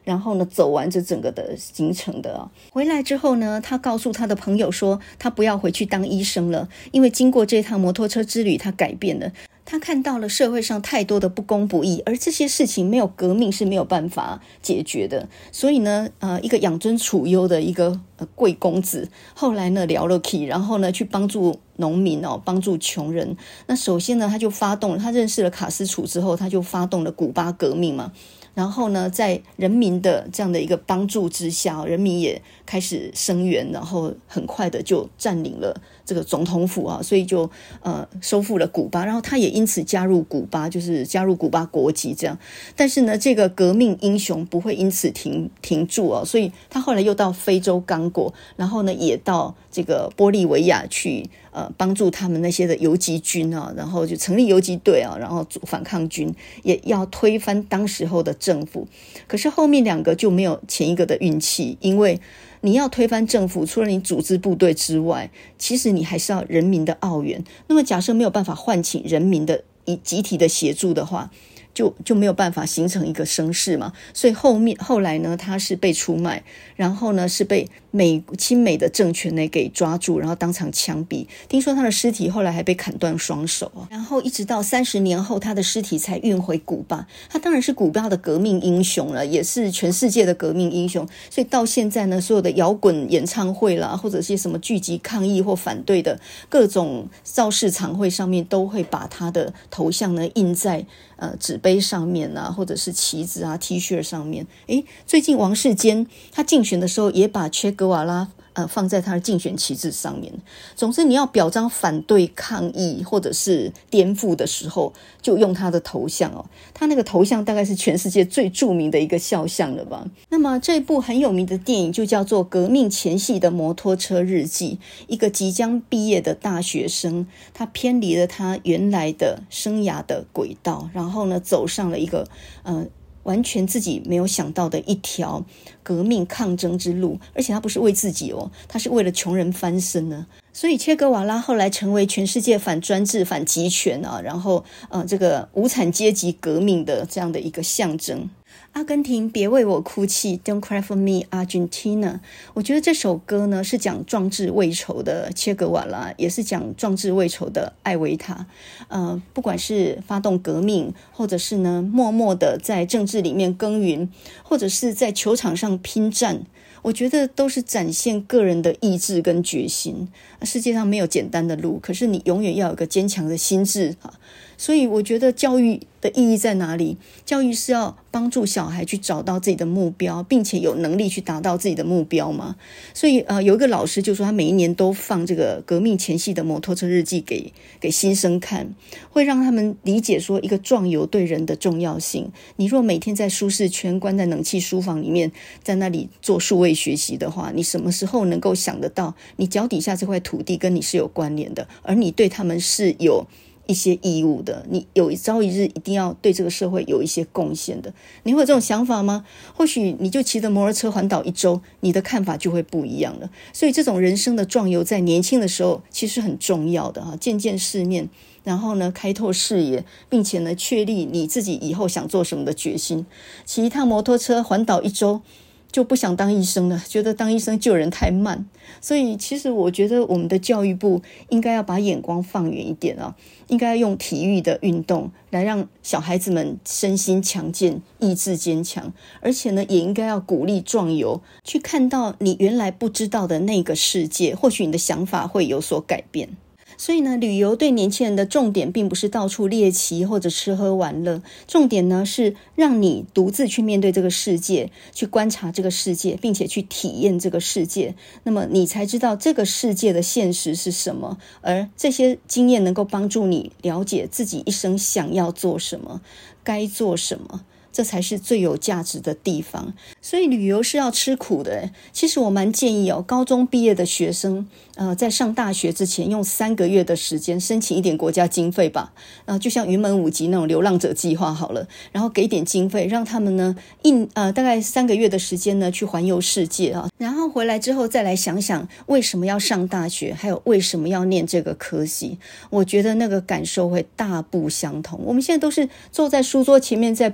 然后呢走完这整个的行程的回来之后呢，他告诉他的朋友说他不要回去当医生了，因为经过这趟摩托车之旅他改变了，他看到了社会上太多的不公不义，而这些事情没有革命是没有办法解决的。所以呢一个养尊处优的一个贵公子，后来呢了了起，然后呢去帮助农民帮助穷人。那首先呢他就发动了，他认识了卡斯楚之后，他就发动了古巴革命嘛。然后呢在人民的这样的一个帮助之下，人民也开始声援，然后很快的就占领了这个总统府所以就收复了古巴，然后他也因此加入古巴，就是加入古巴国籍这样。但是呢这个革命英雄不会因此停住所以他后来又到非洲刚果，然后呢也到这个玻利维亚去帮助他们那些的游击军然后就成立游击队然后反抗军，也要推翻当时候的政府。可是后面两个就没有前一个的运气，因为你要推翻政府，除了你组织部队之外，其实你还是要人民的奥援。那么假设没有办法唤起人民的集体的协助的话，就没有办法形成一个声势嘛。所以后来呢他是被出卖，然后呢是被亲美的政权呢给抓住，然后当场枪毙。听说他的尸体后来还被砍断双手然后一直到30年后他的尸体才运回古巴。他当然是古巴的革命英雄了，也是全世界的革命英雄。所以到现在呢，所有的摇滚演唱会啦，或者是什么聚集抗议或反对的各种造势场会上面，都会把他的头像呢印在纸杯上面或者是旗子T 恤上面。最近王世坚他竞选的时候也把切格瓦拉放在他的竞选旗帜上面。总之你要表彰反对抗议或者是颠覆的时候，就用他的头像他那个头像大概是全世界最著名的一个肖像了吧。那么这部很有名的电影就叫做《革命前夕的摩托车日记》。一个即将毕业的大学生，他偏离了他原来的生涯的轨道，然后呢走上了一个完全自己没有想到的一条革命抗争之路。而且他不是为自己他是为了穷人翻身呢。所以切格瓦拉后来成为全世界反专制反极权然后这个无产阶级革命的这样的一个象征。阿根廷别为我哭泣 Don't cry for me Argentina。 我觉得这首歌呢是讲壮志未酬的切格瓦拉，也是讲壮志未酬的艾维塔。不管是发动革命，或者是呢默默的在政治里面耕耘，或者是在球场上拼战，我觉得都是展现个人的意志跟决心。世界上没有简单的路，可是你永远要有个坚强的心智所以我觉得教育的意义在哪里？教育是要帮助小孩去找到自己的目标，并且有能力去达到自己的目标嘛。所以有一个老师就说他每一年都放这个革命前夕的摩托车日记给新生看，会让他们理解说一个壮游对人的重要性。你若每天在舒适圈关在冷气书房里面，在那里做数位学习的话，你什么时候能够想得到你脚底下这块土地跟你是有关联的，而你对他们是有一些义务的，你有朝一日一定要对这个社会有一些贡献的。你会有这种想法吗？或许你就骑着摩托车环岛1周，你的看法就会不一样了。所以这种人生的壮游在年轻的时候其实很重要的见见世面，然后呢开拓视野，并且呢确立你自己以后想做什么的决心。骑一趟摩托车环岛1周就不想当医生了，觉得当医生救人太慢。所以其实我觉得我们的教育部应该要把眼光放远一点应该用体育的运动来让小孩子们身心强健，意志坚强。而且呢也应该要鼓励壮游，去看到你原来不知道的那个世界，或许你的想法会有所改变。所以呢，旅游对年轻人的重点并不是到处猎奇或者吃喝玩乐，重点呢是让你独自去面对这个世界，去观察这个世界，并且去体验这个世界。那么你才知道这个世界的现实是什么，而这些经验能够帮助你了解自己一生想要做什么，该做什么。这才是最有价值的地方。所以旅游是要吃苦的。其实我蛮建议高中毕业的学生在上大学之前用3个月的时间申请一点国家经费吧，就像云门舞集那种流浪者计划好了，然后给点经费，让他们呢大概3个月的时间呢去环游世界然后回来之后再来想想为什么要上大学，还有为什么要念这个科系。我觉得那个感受会大不相同。我们现在都是坐在书桌前面在擘画自己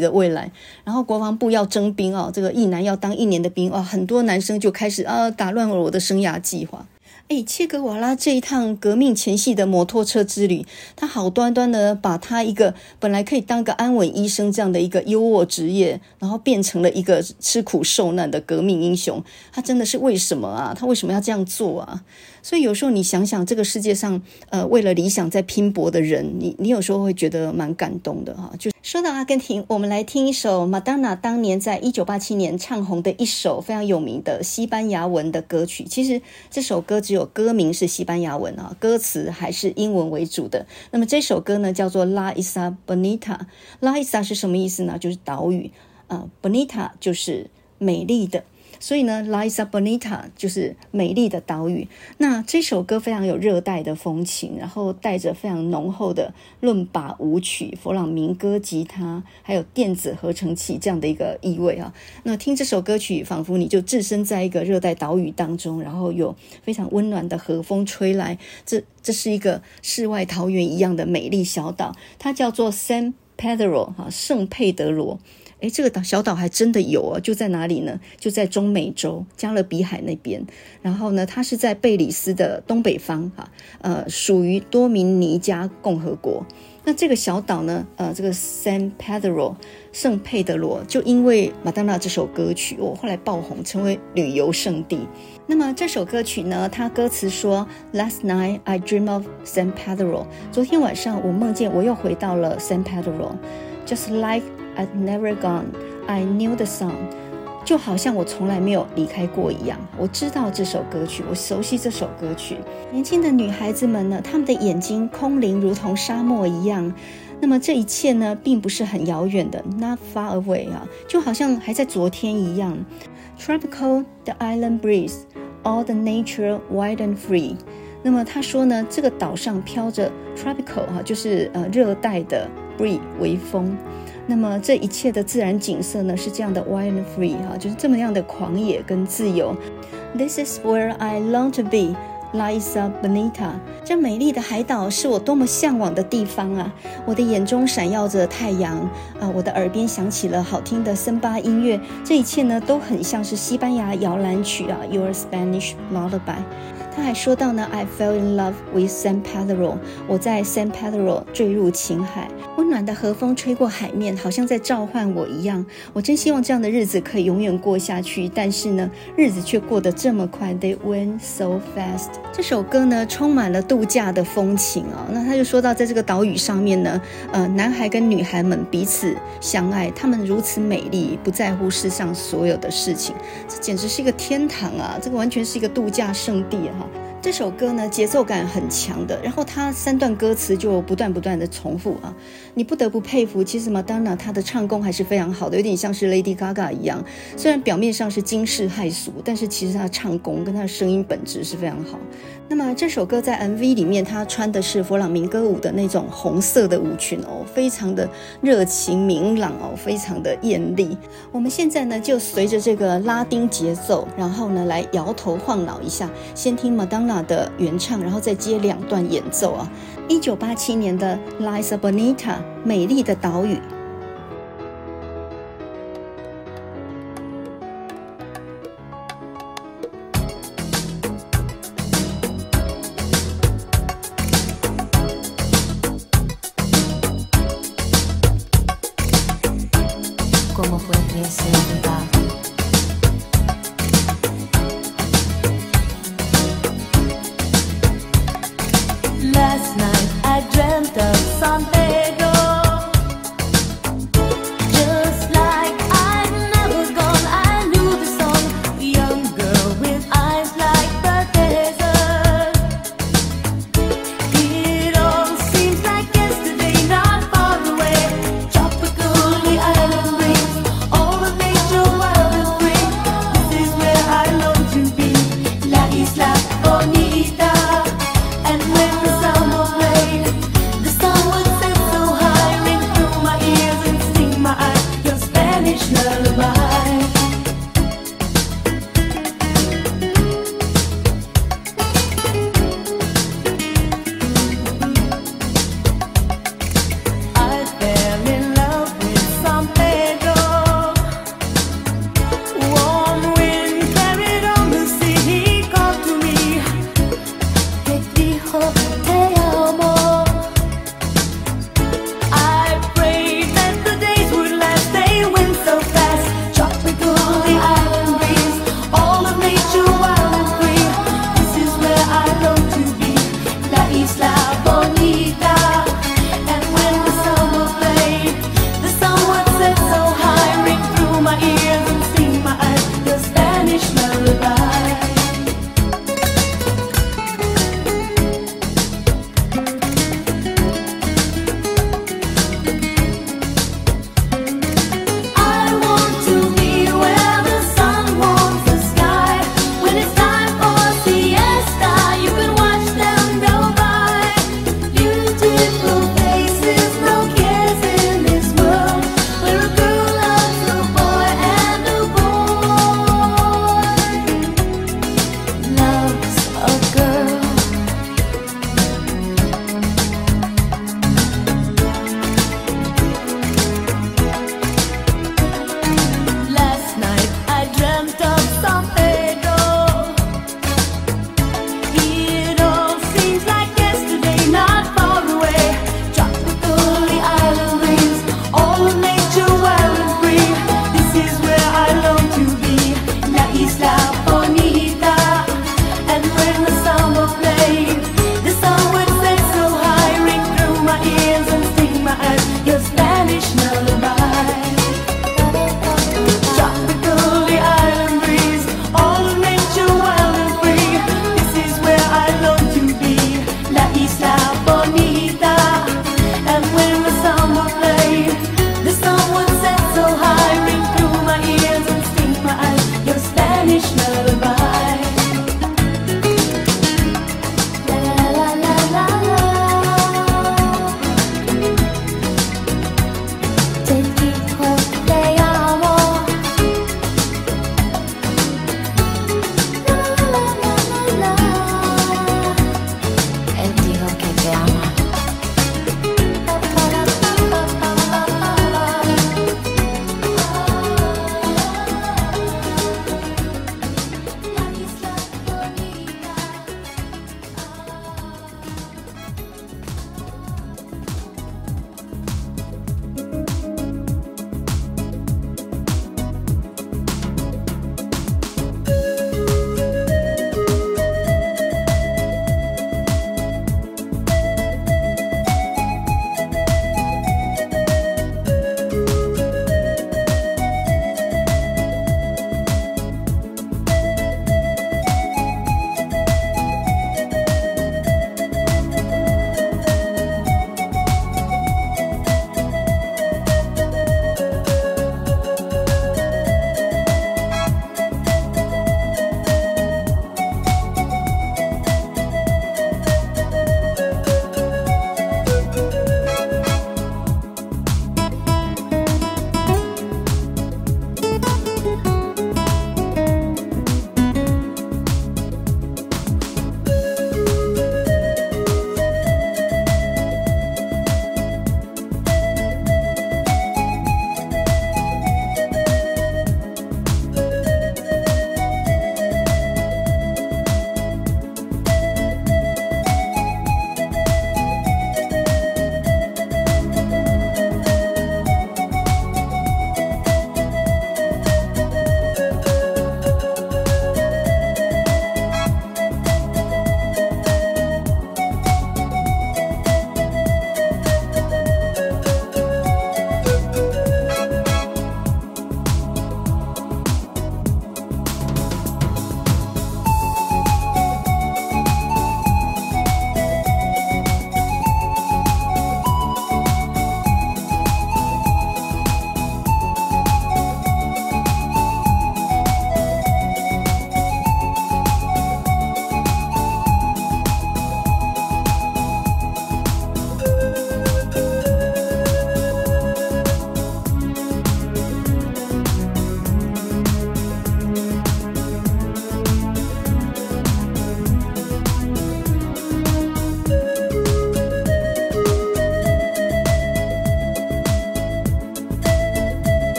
的未来。然后国防部要征兵这个役男要当1年的兵很多男生就开始打乱了我的生涯计划。切格瓦拉这一趟革命前夕的摩托车之旅，他好端端的把他一个本来可以当个安稳医生这样的一个优渥职业，然后变成了一个吃苦受难的革命英雄。他真的是为什么啊？他为什么要这样做啊？所以有时候你想想，这个世界上为了理想在拼搏的人，你有时候会觉得蛮感动的就说到阿根廷，我们来听一首马丹娜当年在1987年唱红的一首非常有名的西班牙文的歌曲。其实这首歌只有歌名是西班牙文歌词还是英文为主的。那么这首歌呢叫做 La Isla Bonita。La Isla 是什么意思呢？就是岛屿Bonita 就是美丽的，所以呢 La Isla Bonita 就是美丽的岛屿。那这首歌非常有热带的风情，然后带着非常浓厚的伦巴舞曲、佛朗明哥吉他还有电子合成器这样的一个意味那听这首歌曲，仿佛你就置身在一个热带岛屿当中，然后有非常温暖的和风吹来，这是一个世外桃源一样的美丽小岛，它叫做 San Pedro 圣佩德罗。这个小岛还真的有就在哪里呢？就在中美洲加勒比海那边。然后呢，它是在贝里斯的东北方属于多明尼加共和国。那这个小岛呢这个 San Pedro 圣佩德罗就因为马丹娜这首歌曲后来爆红，成为旅游胜地。那么这首歌曲呢，它歌词说 Last night I dream of San Pedro， 昨天晚上我梦见我又回到了 San Pedro， Just like I'd never gone, I knew the song， 就好像我从来没有离开过一样。我知道这首歌曲，我熟悉这首歌曲。年轻的女孩子们呢，她们的眼睛空灵如同沙漠一样。那么这一切呢，并不是很遥远的 ，not far away 就好像还在昨天一样。Tropical the island breeze, all the nature wide and free。那么他说呢，这个岛上飘着 tropical 就是热带的 breeze 微风。那么这一切的自然景色呢，是这样的 wild and free 就是这么样的狂野跟自由。This is where I long to be, La Isla Bonita。 这美丽的海岛是我多么向往的地方啊！我的眼中闪耀着太阳我的耳边响起了好听的森巴音乐，这一切呢都很像是西班牙摇篮曲Your Spanish Lullaby。他还说到呢 I fell in love with San Pedro， 我在 San Pedro 坠入情海，温暖的和风吹过海面，好像在召唤我一样。我真希望这样的日子可以永远过下去，但是呢，日子却过得这么快 They went so fast。 这首歌呢充满了度假的风情那他就说到在这个岛屿上面呢男孩跟女孩们彼此相爱，他们如此美丽，不在乎世上所有的事情。这简直是一个天堂这个完全是一个度假胜地这首歌呢节奏感很强的，然后它3段歌词就不断的重复你不得不佩服，其实 Madonna 她的唱功还是非常好的，有点像是 Lady Gaga 一样，虽然表面上是惊世骇俗，但是其实她的唱功跟她的声音本质是非常好。那么这首歌在 MV 里面，她穿的是佛朗明哥舞的那种红色的舞裙非常的热情明朗非常的艳丽。我们现在呢就随着这个拉丁节奏，然后呢来摇头晃脑一下，先听 Madonna 的原唱，然后再接2段演奏1987年的 La Isla Bonita 美丽的岛屿。